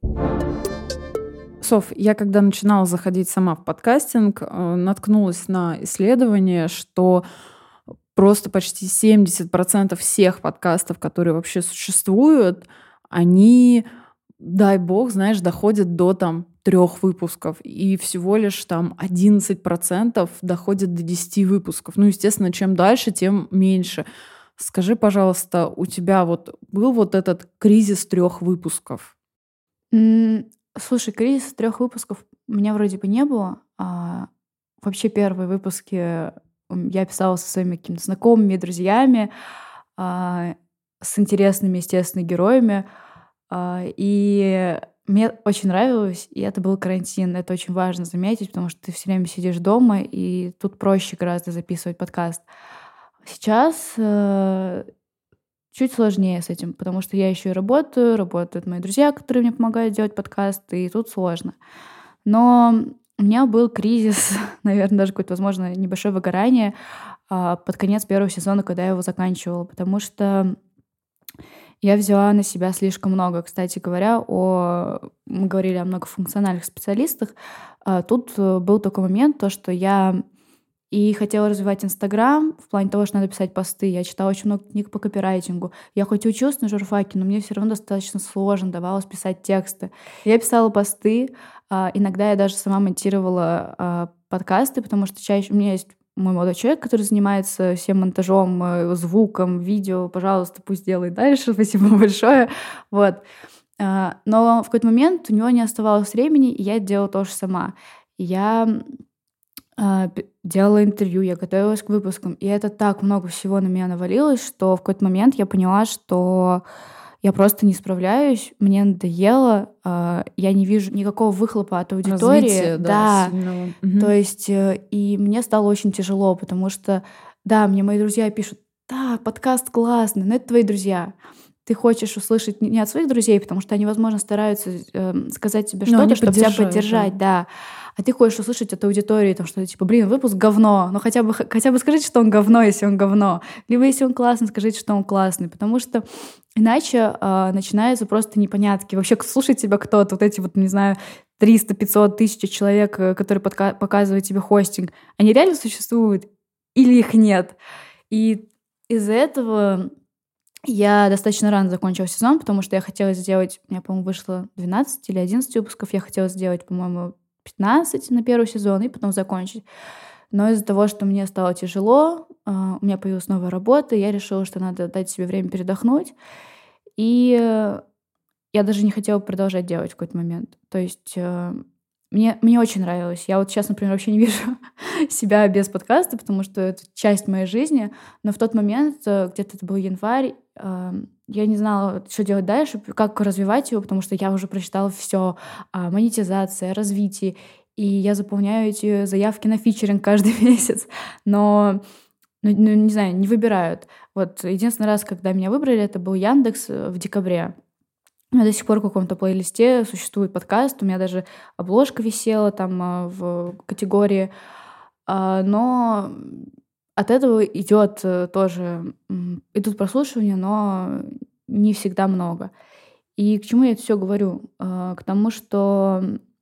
Соф, я когда начинала заходить сама в подкастинг, э, наткнулась на исследование, что просто почти семьдесят процентов всех подкастов, которые вообще существуют, они, дай бог, знаешь, доходят до там трех выпусков. И всего лишь там одиннадцать процентов доходят до десяти выпусков. Ну, естественно, чем дальше, тем меньше. Скажи, пожалуйста, у тебя вот был вот этот кризис трех выпусков? М, Слушай, кризис трех выпусков у меня вроде бы не было. А, вообще первые выпуски м, я писала со своими какими-то знакомыми, друзьями, а, с интересными, естественно, героями. А, и мне очень нравилось, и это был карантин. Это очень важно заметить, потому что ты все время сидишь дома, и тут проще гораздо записывать подкаст. Сейчас э, чуть сложнее с этим, потому что я еще и работаю, работают мои друзья, которые мне помогают делать подкасты, и тут сложно. Но у меня был кризис, наверное, даже какое-то, возможно, небольшое выгорание а, под конец первого сезона, когда я его заканчивала, потому что я взяла на себя слишком много. Кстати говоря, о... мы говорили о многофункциональных специалистах. А, Тут э, был такой момент, то, что я и хотела развивать Инстаграм в плане того, что надо писать посты. Я читала очень много книг по копирайтингу. Я хоть и училась на журфаке, но мне все равно достаточно сложно давалось писать тексты. Я писала посты, а, иногда я даже сама монтировала а, подкасты, потому что чаще у меня есть мой молодой человек, который занимается всем монтажом, э, звуком, видео. Пожалуйста, пусть делает дальше. Спасибо большое. Вот. А, Но в какой-то момент у него не оставалось времени, и я делала то же сама. И я а, п- делала интервью, я готовилась к выпускам. И это так много всего на меня навалилось, что в какой-то момент я поняла, что я просто не справляюсь, мне надоело, а, я не вижу никакого выхлопа от аудитории. Развитие, да, Да, сильного. то Мгм. есть, э, и мне стало очень тяжело, потому что, да, мне мои друзья пишут: "Да, подкаст классный", но это твои друзья. Ты хочешь услышать не не от своих друзей, потому что они, возможно, стараются, эм, сказать тебе Ну, они что-то, чтобы тебя поддержать, да. поддержать, да. А ты хочешь услышать от аудитории, там, что типа: "Блин, выпуск говно". Ну, хотя бы х хотя бы скажите, что он говно, если он говно. Либо если он классный, скажите, что он классный. Потому что иначе, а, начинаются просто непонятки. Вообще, к слушает тебя кто-то, вот эти вот, не знаю, триста, пятьсот, тысяча человек, э, которые подка показывают тебе хостинг, они реально существуют или их нет? И из-за этого я достаточно рано закончила сезон, потому что я хотела сделать, у меня, по-моему, вышло двенадцать или одиннадцать выпусков, я хотела сделать, по-моему, пятнадцать на первый сезон и потом закончить. Но из-за того, что мне стало тяжело, а, у меня появилась новая работа, я решила, что надо дать себе время передохнуть. И э, я даже не хотела продолжать делать в какой-то момент. То есть, э, мне мне очень нравилось. Я вот сейчас, например, вообще не вижу себя без подкаста, потому что это часть моей жизни. Но в тот момент, э, где-то это был январь, ам, я не знала, что делать дальше, как развивать его, потому что я уже прочитала все о монетизации, о развитии, и я заполняю эти заявки на фичеринг каждый месяц. Но, ну ну, не знаю, не выбирают. Вот единственный раз, когда меня выбрали, это был "Яндекс", э, в декабре. У меня до сих пор в каком-то плейлисте существует подкаст. У меня даже обложка висела там, а, в категории. А, но от этого идет э, тоже, м, идут прослушивания, но не всегда много. И к чему я это всё говорю? А, к тому, что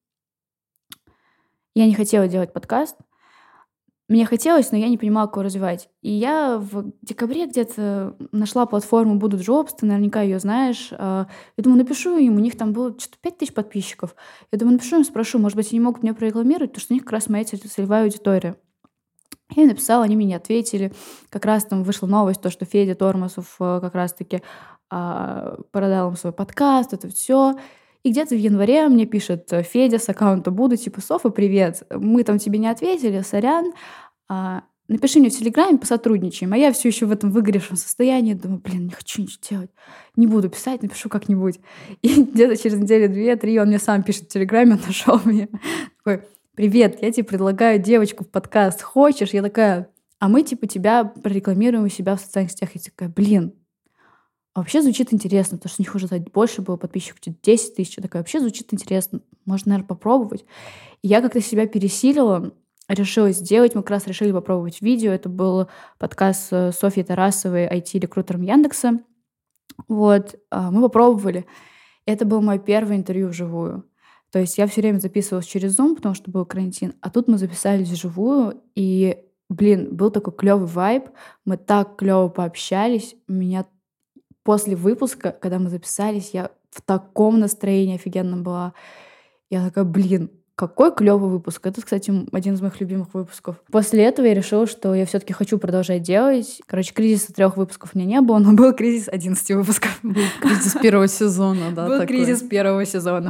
я не хотела делать подкаст. Мне хотелось, но я не понимала, как его развивать. И я в декабре где-то нашла платформу "Будут Jobs", ты наверняка ее знаешь. А, я думаю, напишу им, у них там было что то пять тысяч подписчиков. Я думаю, напишу им, спрошу, может быть, они могут меня прорекламировать, потому что у них как раз моя цель- целевая аудитория. Я им написала, они мне не ответили. Как раз там вышла новость, то, что Федя Тормосов э, как раз-таки а, продал им свой подкаст, это все. И где-то в январе мне пишет э, Федя с аккаунта "Буду", типа: "Софа, привет, мы там тебе не ответили, сорян, а, напиши мне в "Телеграме", посотрудничаем". А я все еще в этом выгоревшем состоянии. Думаю: "Блин, не хочу ничего делать. Не буду писать, напишу как-нибудь". И где-то через недели две-три он мне сам пишет в "Телеграме", он нашел меня. Такой: "Привет, я тебе предлагаю девочку в подкаст. Хочешь?" Я такая: "А мы типа тебя прорекламируем у себя в социальных сетях". Я такая: "Блин, а вообще звучит интересно", потому что у них уже так больше было подписчиков, чуть десять тысяч. Я такая: "Вообще звучит интересно. Можно, наверно, попробовать". И я как-то себя пересилила, решила сделать. Мы как раз решили попробовать видео. Это был подкаст с Софьей Тарасовой, ай ти-рекрутером "Яндекса". Вот, а, мы попробовали. Это было мое первое интервью вживую. То есть я все время записывалась через Zoom, потому что был карантин, а тут мы записались вживую, и, блин, был такой клевый вайб. Мы так клево пообщались. Меня после выпуска, когда мы записались, я в таком настроении офигенном была. Я такая: "Блин, какой клевый выпуск". Это, кстати, м, один из моих любимых выпусков. После этого я решила, что я все таки хочу продолжать делать. Короче, кризиса трех выпусков у меня не было, но был кризис одиннадцати выпусков. Был кризис первого сезона, да, Был такой. кризис первого сезона.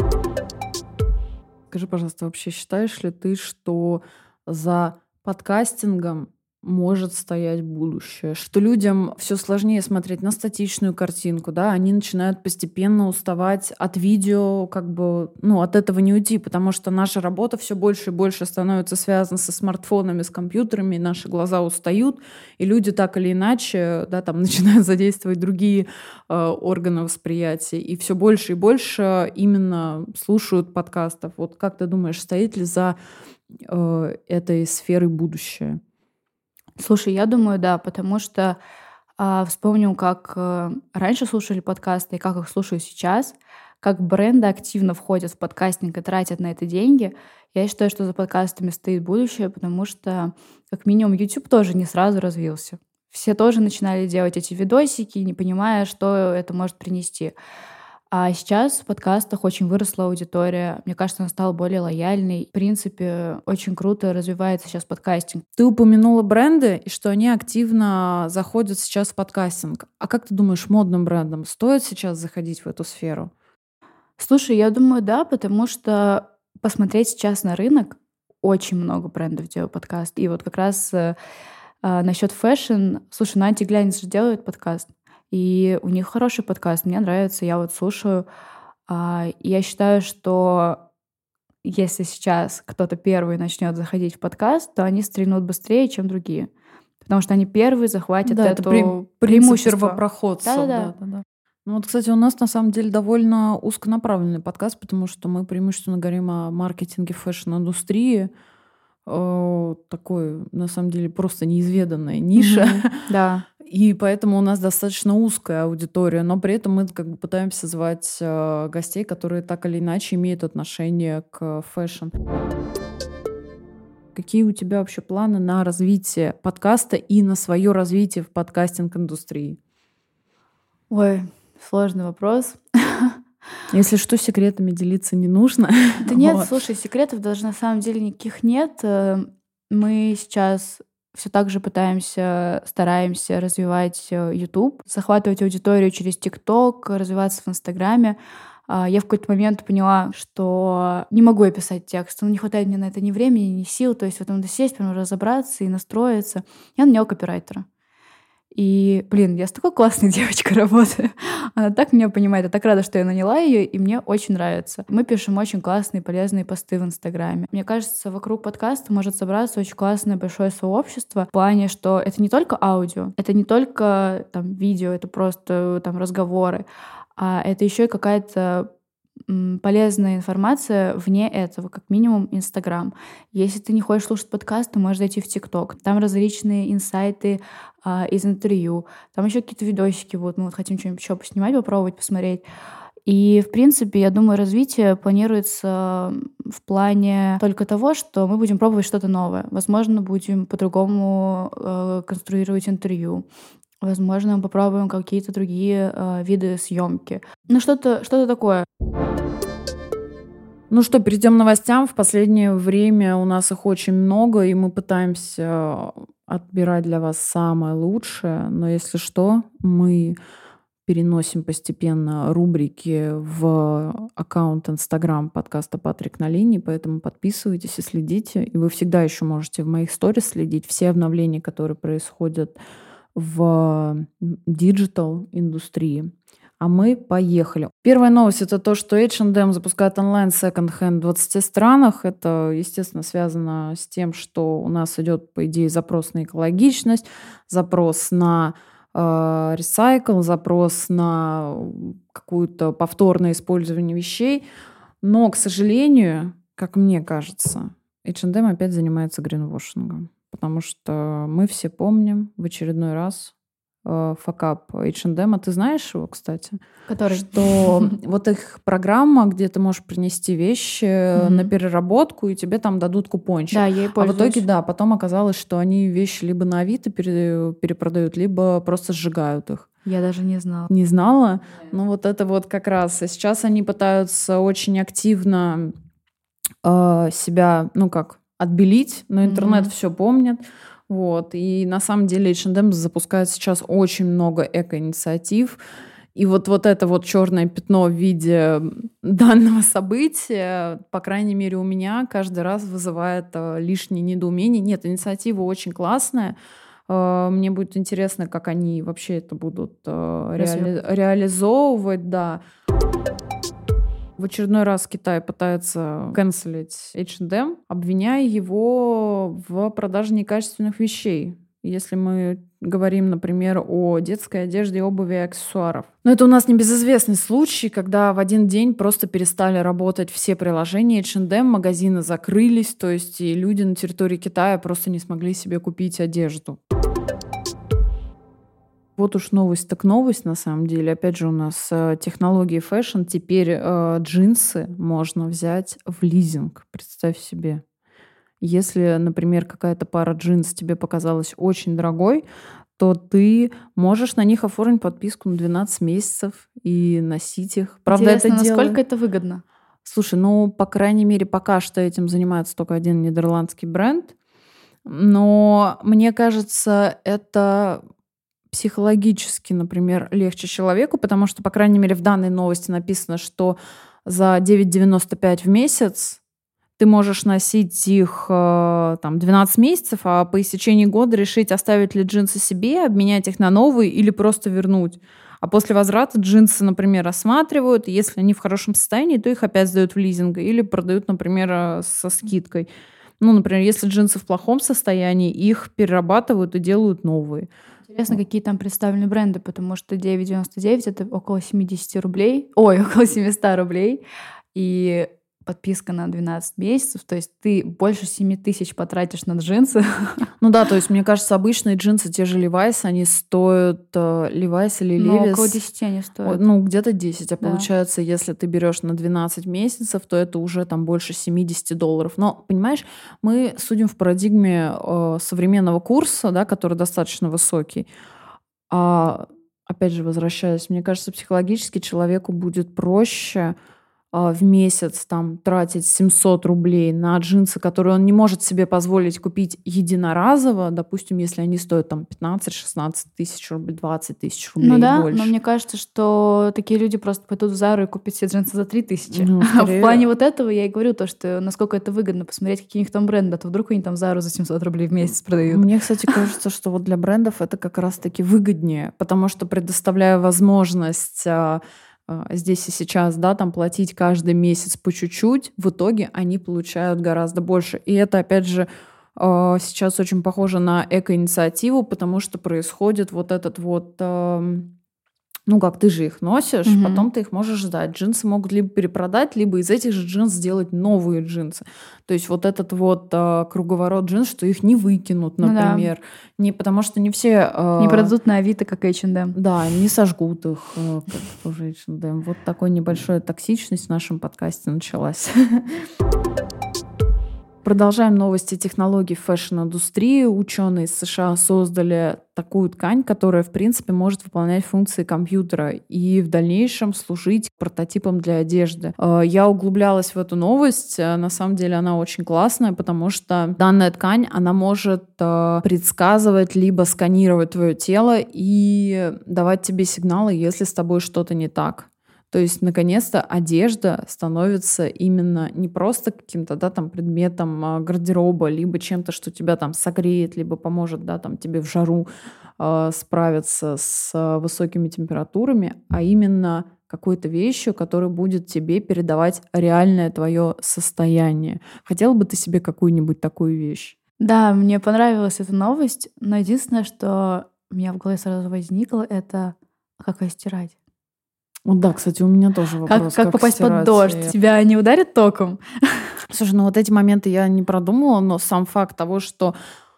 Скажи, пожалуйста, вообще считаешь ли ты, что за подкастингом может стоять будущее? Что людям все сложнее смотреть на статичную картинку, да? Они начинают постепенно уставать от видео, как бы, ну, от этого не уйти, потому что наша работа все больше и больше становится связана со смартфонами, с компьютерами, и наши глаза устают, и люди так или иначе, да, там начинают задействовать другие э, органы восприятия, и все больше и больше именно слушают подкастов. Вот как ты думаешь, стоит ли за э, этой сферой будущее? Слушай, я думаю, да, потому что, а, вспомним, как, э, раньше слушали подкасты и как их слушают сейчас, как бренды активно входят в подкастинг и тратят на это деньги. Я считаю, что за подкастами стоит будущее, потому что, как минимум, YouTube тоже не сразу развился. Все тоже начинали делать эти видосики, не понимая, что это может принести. А сейчас в подкастах очень выросла аудитория. Мне кажется, она стала более лояльной. В принципе, очень круто развивается сейчас подкастинг. Ты упомянула бренды, и что они активно заходят сейчас в подкастинг. А как ты думаешь, модным брендам стоит сейчас заходить в эту сферу? Слушай, я думаю, да, потому что посмотреть сейчас на рынок, очень много брендов делают подкаст. И вот как раз э, а, насчет фэшн, слушай, ну Антиглянец же делает подкаст, и у них хороший подкаст, мне нравится, я вот слушаю. А, и я считаю, что если сейчас кто-то первый начнет заходить в подкаст, то они стрельнут быстрее, чем другие. Потому что они первые захватят Да, это эту при- принцип преимущество. первопроходцев. Да-да-да. Да, да, да. Ну вот, кстати, у нас на самом деле довольно узконаправленный подкаст, потому что мы преимущественно говорим о маркетинге фэшн-индустрии. Э, Такой, на самом деле, просто неизведанная ниша. Мгм. Да. И поэтому у нас достаточно узкая аудитория, но при этом мы как бы пытаемся звать э, гостей, которые так или иначе имеют отношение к фэшн. Какие у тебя вообще планы на развитие подкаста и на свое развитие в подкастинг-индустрии? Ой, сложный вопрос. Если что, секретами делиться не нужно. Да нет, Вот. слушай, секретов даже на самом деле никаких нет. Э, Мы сейчас все так же пытаемся, стараемся развивать э, YouTube, захватывать аудиторию через TikTok, развиваться в Инстаграме. А, Я в какой-то момент поняла, что не могу я писать текст, ну, не хватает мне на это ни времени, ни сил, то есть вот надо сесть, прям разобраться и настроиться. Я наняла копирайтера. И, блин, я с такой классной девочкой работаю. Она так меня понимает. Я так рада, что я наняла ее, и мне очень нравится. Мы пишем очень классные, полезные посты в Инстаграме. Мне кажется, вокруг подкаста может собраться очень классное большое сообщество в плане, что это не только аудио, это не только там видео, это просто там разговоры, а это еще и какая-то м, полезная информация вне этого, как минимум Инстаграм. Если ты не хочешь слушать подкаст, ты можешь зайти в ТикТок. Там различные инсайты а, из интервью. Там еще какие-то видосики. Вот мы вот хотим что-нибудь еще поснимать, попробовать, посмотреть. И, в принципе, я думаю, развитие планируется в плане только того, что мы будем пробовать что-то новое. Возможно, будем по-другому э, конструировать интервью. Возможно, мы попробуем какие-то другие э, виды съемки. Ну, что-то, что-то такое. Ну что, перейдем к новостям. В последнее время у нас их очень много, и мы пытаемся отбирать для вас самое лучшее. Но если что, мы переносим постепенно рубрики в аккаунт Инстаграм подкаста «Патрик на линии», поэтому подписывайтесь и следите. И вы всегда еще можете в моих сторис следить все обновления, которые происходят в диджитал-индустрии. А мы поехали. Первая новость — это то, что эйч энд эм запускает онлайн секонд-хенд в двадцати странах. Это, естественно, связано с тем, что у нас идет, по идее, запрос на экологичность, запрос на э, ресайкл, запрос на какое-то повторное использование вещей. Но, к сожалению, как мне кажется, эйч энд эм опять занимается гринвошингом. Потому что мы все помним в очередной раз факап эйч энд эм. А ты знаешь его, кстати? Который? Что вот их программа, где ты можешь принести вещи Мгм. на переработку, и тебе там дадут купончик. Да, я и А в пользуюсь. итоге, да, потом оказалось, что они вещи либо на Авито пере- перепродают, либо просто сжигают их. Я даже не знала. Не знала? Ну вот это вот как раз. И сейчас они пытаются очень активно э, себя, ну как, отбелить, но интернет Мгм. все помнит. Вот. И на самом деле эйч энд эм запускает сейчас очень много эко-инициатив. И вот, вот это вот черное пятно в виде данного события, по крайней мере, у меня каждый раз вызывает э, лишнее недоумение. Нет, инициатива очень классная. Э, мне будет интересно, как они вообще это будут э, реали- реализовывать, да. В очередной раз Китай пытается канцелить эйч энд эм, обвиняя его в продаже некачественных вещей. Если мы говорим, например, о детской одежде, обуви и аксессуаров. Но это у нас небезызвестный случай, когда в один день просто перестали работать все приложения эйч энд эм, магазины закрылись, то есть и люди на территории Китая просто не смогли себе купить одежду. Вот уж новость так новость, на самом деле. Опять же, у нас э, технологии фэшн. Теперь э, джинсы можно взять в лизинг. Представь себе. Если, например, какая-то пара джинс тебе показалась очень дорогой, то ты можешь на них оформить подписку на двенадцать месяцев и носить их. Правда, Интересно, это дело... насколько это выгодно? Слушай, ну, по крайней мере, пока что этим занимается только один нидерландский бренд. Но мне кажется, это психологически, например, легче человеку, потому что, по крайней мере, в данной новости написано, что за девять девяносто пять в месяц ты можешь носить их э, там двенадцать месяцев, а по истечении года решить, оставить ли джинсы себе, обменять их на новые или просто вернуть. А после возврата джинсы, например, рассматривают, и если они в хорошем состоянии, то их опять сдают в лизинг или продают, например, э, со скидкой. Ну, например, если джинсы в плохом состоянии, их перерабатывают и делают новые. Интересно, какие там представлены бренды, потому что девять девяносто девять это около семьдесят рублей, ой, около семьсот рублей, и подписка на двенадцать месяцев, то есть ты больше семи тысяч потратишь на джинсы. Ну да, то есть, мне кажется, обычные джинсы, те же Levi's, они стоят э, Levi's или Ну, Levi's. около десяти они Ой, стоят. ну, где-то десять. А Да. получается, если ты берешь на двенадцать месяцев, то это уже там больше семьдесят долларов. Но, понимаешь, мы судим в парадигме э, современного курса, да, который достаточно высокий. А, опять же, возвращаясь, мне кажется, психологически человеку будет проще а, в месяц там тратить семьсот рублей на джинсы, которые он не может себе позволить купить единоразово, допустим, если они стоят там пятнадцать-шестнадцать тысяч рублей, двадцать тысяч рублей Ну и да, больше. но мне кажется, что такие люди просто пойдут в Зару и купят себе джинсы за три тысячи. Ну, А в скорее- плане вот этого я и говорю то, что насколько это выгодно посмотреть, какие у них там бренды, а то вдруг они там Зару за семьсот рублей в месяц продают. Мне, кстати, кажется, что вот для брендов это как раз-таки выгоднее, потому что предоставляя возможность а, а, здесь и сейчас, да, там платить каждый месяц по чуть-чуть, в итоге они получают гораздо больше. И это, опять же, а, сейчас очень похоже на эко-инициативу, потому что происходит вот этот вот... ам, ну, как ты же их носишь, Мгм. потом ты их можешь сдать. Джинсы могут либо перепродать, либо из этих же джинс сделать новые джинсы. То есть вот этот вот а, круговорот джинс, что их не выкинут, Ну да. например. Не, потому что не все... а, Не продадут на Авито, как эйч энд эм. Да, не сожгут их, э, как тоже эйч энд эм. Вот такой небольшая токсичность в нашем подкасте началась. Продолжаем новости технологий в фэшн-индустрии. Ученые из США создали такую ткань, которая, в принципе, может выполнять функции компьютера и в дальнейшем служить прототипом для одежды. Э, Я углублялась в эту новость. Э, На самом деле она очень классная, потому что данная ткань, она может э, предсказывать либо сканировать твое тело и давать тебе сигналы, если с тобой что-то не так. То есть, наконец-то, одежда становится именно не просто каким-то, да, там, предметом а, гардероба, либо чем-то, что тебя там согреет, либо поможет, да, там, тебе в жару а, справиться с а, высокими температурами, а именно какой-то вещью, которая будет тебе передавать реальное твое состояние. Хотела бы ты себе какую-нибудь такую вещь? Да, мне понравилась эта новость, но единственное, что у меня в голове сразу возникло, это а как ее стирать? Вот да, кстати, у меня тоже Как, вопрос. как попасть под стирать дождь? её? Тебя не ударит током? Слушай, ну вот эти моменты я не продумала, но сам факт того, что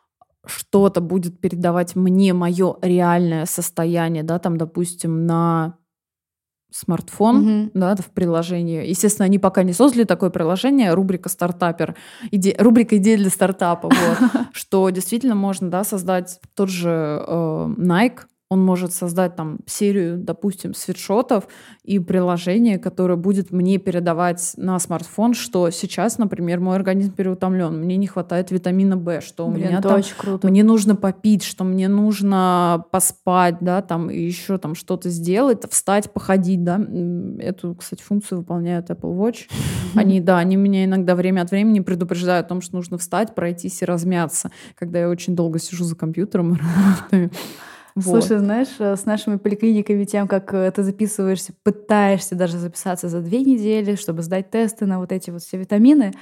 что-то будет передавать мне мое реальное состояние, да, там, допустим, на смартфон, Мгм. да, в приложении. Естественно, они пока не создали такое приложение, рубрика «Стартапер», иде- рубрика «Идеи для стартапа», вот, что действительно можно, да, создать тот же э, Nike, он может создать там серию, допустим, свитшотов и приложение, которое будет мне передавать на смартфон, что сейчас, например, мой организм переутомлен, мне не хватает витамина В, что у Блин, меня это там очень круто. мне нужно попить, что мне нужно поспать, да, там, и еще там что-то сделать, встать, походить, да. М, Эту, кстати, функцию выполняет Apple Watch. Они, да, они меня иногда время от времени предупреждают о том, что нужно встать, пройтись и размяться, когда я очень долго сижу за компьютером и работаю. Вот. Слушай, знаешь, э, с нашими поликлиниками, тем, как э, ты записываешься, пытаешься даже записаться за две недели, чтобы сдать тесты на вот эти вот все витамины,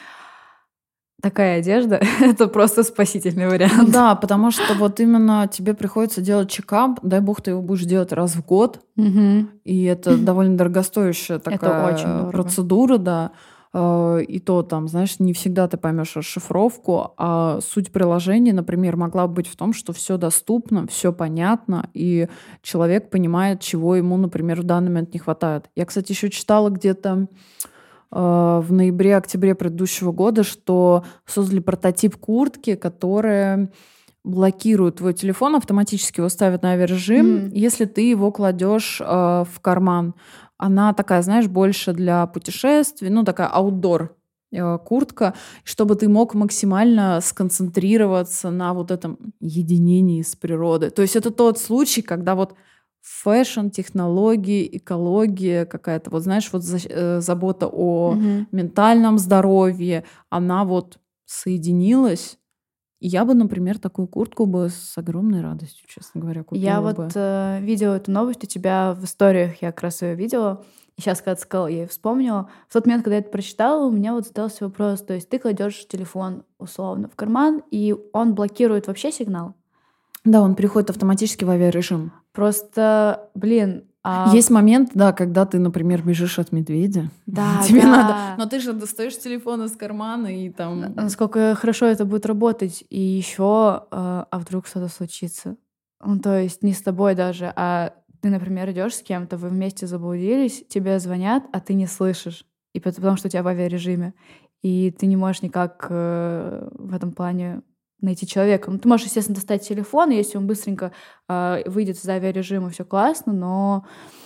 такая одежда — это просто спасительный Ну вариант. да, потому что вот именно тебе приходится делать чекап, дай бог ты его будешь делать раз в год, Мгм. и это довольно дорогостоящая Это такая очень дорого. процедура, да. Э, И то там, знаешь, не всегда ты поймешь расшифровку, а суть приложения, например, могла бы быть в том, что все доступно, все понятно, и человек понимает, чего ему, например, в данный момент не хватает. Я, кстати, еще читала где-то э, в ноябре-октябре предыдущего года, что создали прототип куртки, которая блокирует твой телефон, автоматически его ставит на авиарежим, М. если ты его кладешь э, в карман. Она такая, знаешь, больше для путешествий, ну, такая аутдор э, куртка, чтобы ты мог максимально сконцентрироваться на вот этом единении с природой. То есть это тот случай, когда вот фэшн, технологии, экология какая-то, вот знаешь, вот за- э, забота о Мгм. ментальном здоровье, она вот соединилась. И я бы, например, такую куртку бы с огромной радостью, честно говоря, Я купила вот бы. э, видела эту новость у тебя в историях, я как раз ее видела. И сейчас, когда ты сказала, я ее вспомнила. В тот момент, когда я это прочитала, у меня вот задался вопрос. То есть ты кладешь телефон условно в карман, и он блокирует вообще сигнал? Да, он переходит автоматически в авиарежим. Просто, блин, а, Есть момент, да, когда ты, например, бежишь от медведя. да, Тебе надо. да. Но ты же достаешь телефон из кармана и там. Насколько хорошо это будет работать. И еще, а вдруг что-то случится? Ну, то есть не с тобой даже, а ты, например, идешь с кем-то, вы вместе заблудились, тебе звонят, а ты не слышишь. И пот- потому что у тебя в авиарежиме. И ты не можешь никак э, в этом плане найти человека. Ну, ты можешь, естественно, достать телефон, и если он быстренько а, выйдет из авиарежима, все классно, но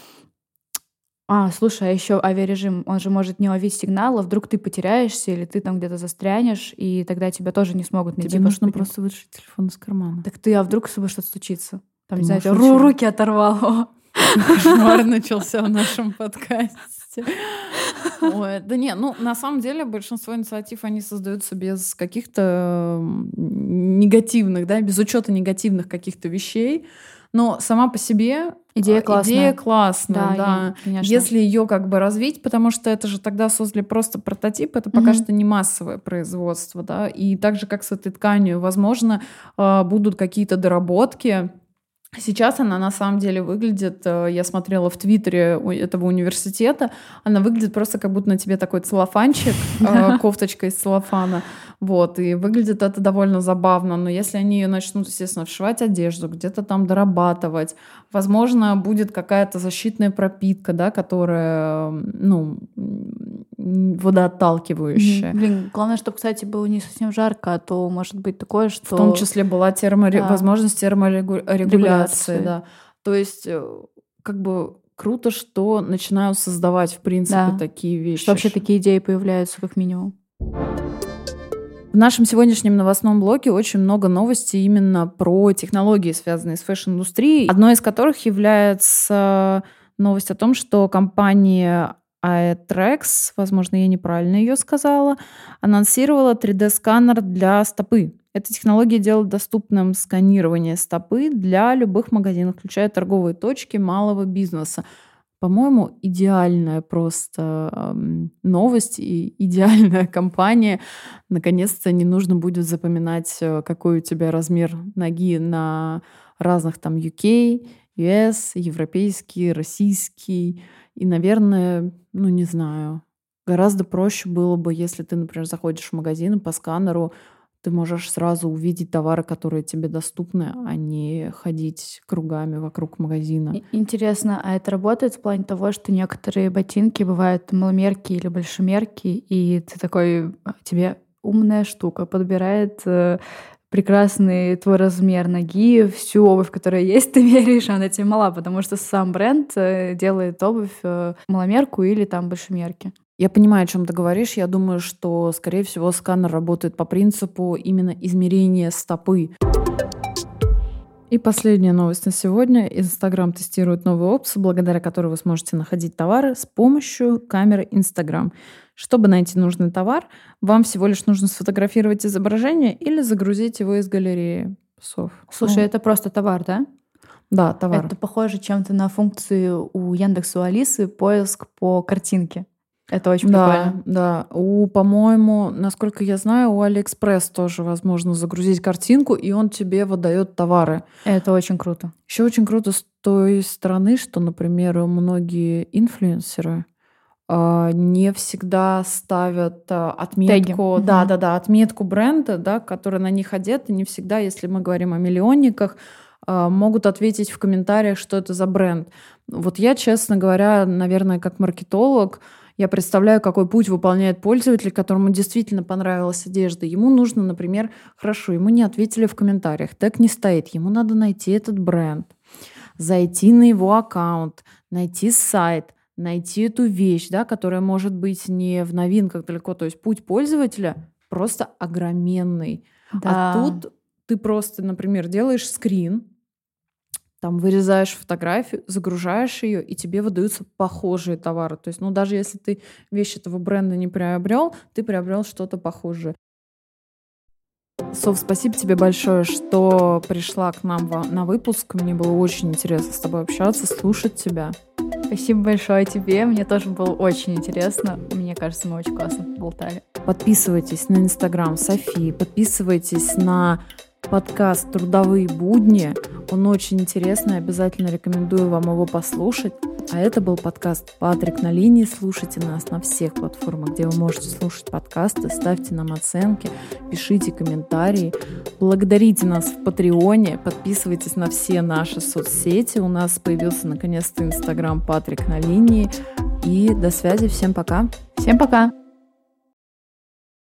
а, слушай, а еще авиарежим, он же может не ловить сигнала, вдруг ты потеряешься или ты там где-то застрянешь, и тогда тебя тоже не смогут найти Тебе по нужно спутнику. просто вытащить телефон из кармана. Так ты, а вдруг с собой что-то случится? Там, Ты не знаю, можешь тебя ру- вообще- руки оторвало. Кошмар начался в нашем подкасте. Ой, да не, ну на самом деле большинство инициатив, они создаются без каких-то м, негативных, да, без учета негативных каких-то вещей. Но сама по себе Идея а, классная. идея классная, Да, да. и, конечно. Если ее как бы развить, потому что это же тогда создали просто прототип, это пока Мгм. что не массовое производство, да. И так же, как с этой тканью, возможно, а, будут какие-то доработки. Сейчас она на самом деле выглядит, э, я смотрела в Твиттере у этого университета, она выглядит просто как будто на тебе такой целлофанчик, э, кофточка из целлофана. Вот, и выглядит это довольно забавно. Но если они ее начнут, естественно, вшивать одежду, где-то там дорабатывать, возможно, будет какая-то защитная пропитка, да, которая, ну, м, водоотталкивающая. Мгм. Блин, главное, чтобы, кстати, было не совсем жарко, а то может быть такое, что... В том числе была терморе- Да. возможность терморегуляции, Регуляции. да. То есть, э, как бы круто, что начинают создавать, в принципе, Да. такие вещи. Что вообще такие идеи появляются, как минимум. В нашем сегодняшнем новостном блоке очень много новостей именно про технологии, связанные с фэшн-индустрией, одной из которых является новость о том, что компания Aetrex, возможно, я неправильно ее сказала, анонсировала три дэ-сканер для стопы. Эта технология делает доступным сканирование стопы для любых магазинов, включая торговые точки малого бизнеса. По-моему, идеальная просто эм, новость и идеальная компания. Наконец-то не нужно будет запоминать, э, какой у тебя размер ноги на разных там ю кей, ю эс, европейский, российский. И, наверное, ну не знаю, гораздо проще было бы, если ты, например, заходишь в магазин и по сканеру ты можешь сразу увидеть товары, которые тебе доступны, а не ходить кругами вокруг магазина. И- Интересно, а это работает в плане того, что некоторые ботинки бывают маломерки или большемерки, и ты такой, а, тебе умная штука подбирает э, прекрасный твой размер ноги, всю обувь, которая есть, ты меряешь, а она тебе мала, потому что сам бренд э, делает обувь э, маломерку или там большемерки. Я понимаю, о чем ты говоришь. Я думаю, что, скорее всего, сканер работает по принципу именно измерения стопы. И последняя новость на сегодня. Инстаграм тестирует новую опцию, благодаря которой вы сможете находить товары с помощью камеры Инстаграм. Чтобы найти нужный товар, вам всего лишь нужно сфотографировать изображение или загрузить его из галереи. Псов. Слушай, Ну, это просто товар, да? да, товар. Это похоже чем-то на функцию у Яндекса, у Алисы поиск по картинке. Это очень Да, прикольно. да. У, по-моему, насколько я знаю, у Алиэкспресс тоже возможно загрузить картинку, и он тебе выдает товары. Это очень круто. Еще очень круто с той стороны, что, например, многие инфлюенсеры а, не всегда ставят а, отметку, Теги. да, Мгм. да, да, отметку бренда, да, который на них одет, и не всегда, если мы говорим о миллионниках, а, могут ответить в комментариях, что это за бренд. Вот я, честно говоря, наверное, как маркетолог, я представляю, какой путь выполняет пользователь, которому действительно понравилась одежда. Ему нужно, например, хорошо, ему не ответили в комментариях, тег не стоит, ему надо найти этот бренд, зайти на его аккаунт, найти сайт, найти эту вещь, да, которая может быть не в новинках далеко. То есть путь пользователя просто огроменный. А Да. тут ты просто, например, делаешь скрин, там вырезаешь фотографию, загружаешь ее, и тебе выдаются похожие товары. То есть, ну, даже если ты вещь этого бренда не приобрел, ты приобрел что-то похожее. Соф, спасибо тебе большое, что пришла к нам на выпуск. Мне было очень интересно с тобой общаться, слушать тебя. Спасибо большое тебе. Мне тоже было очень интересно. Мне кажется, мы очень классно болтали. Подписывайтесь на Инстаграм Софии, подписывайтесь на подкаст «Трудовые будни». Он очень интересный, обязательно рекомендую вам его послушать. А это был подкаст «Патрик на линии». Слушайте нас на всех платформах, где вы можете слушать подкасты. Ставьте нам оценки, пишите комментарии. Благодарите нас в Патреоне. Подписывайтесь на все наши соцсети. У нас появился наконец-то Инстаграм «Патрик на линии». И до связи. Всем пока. Всем пока.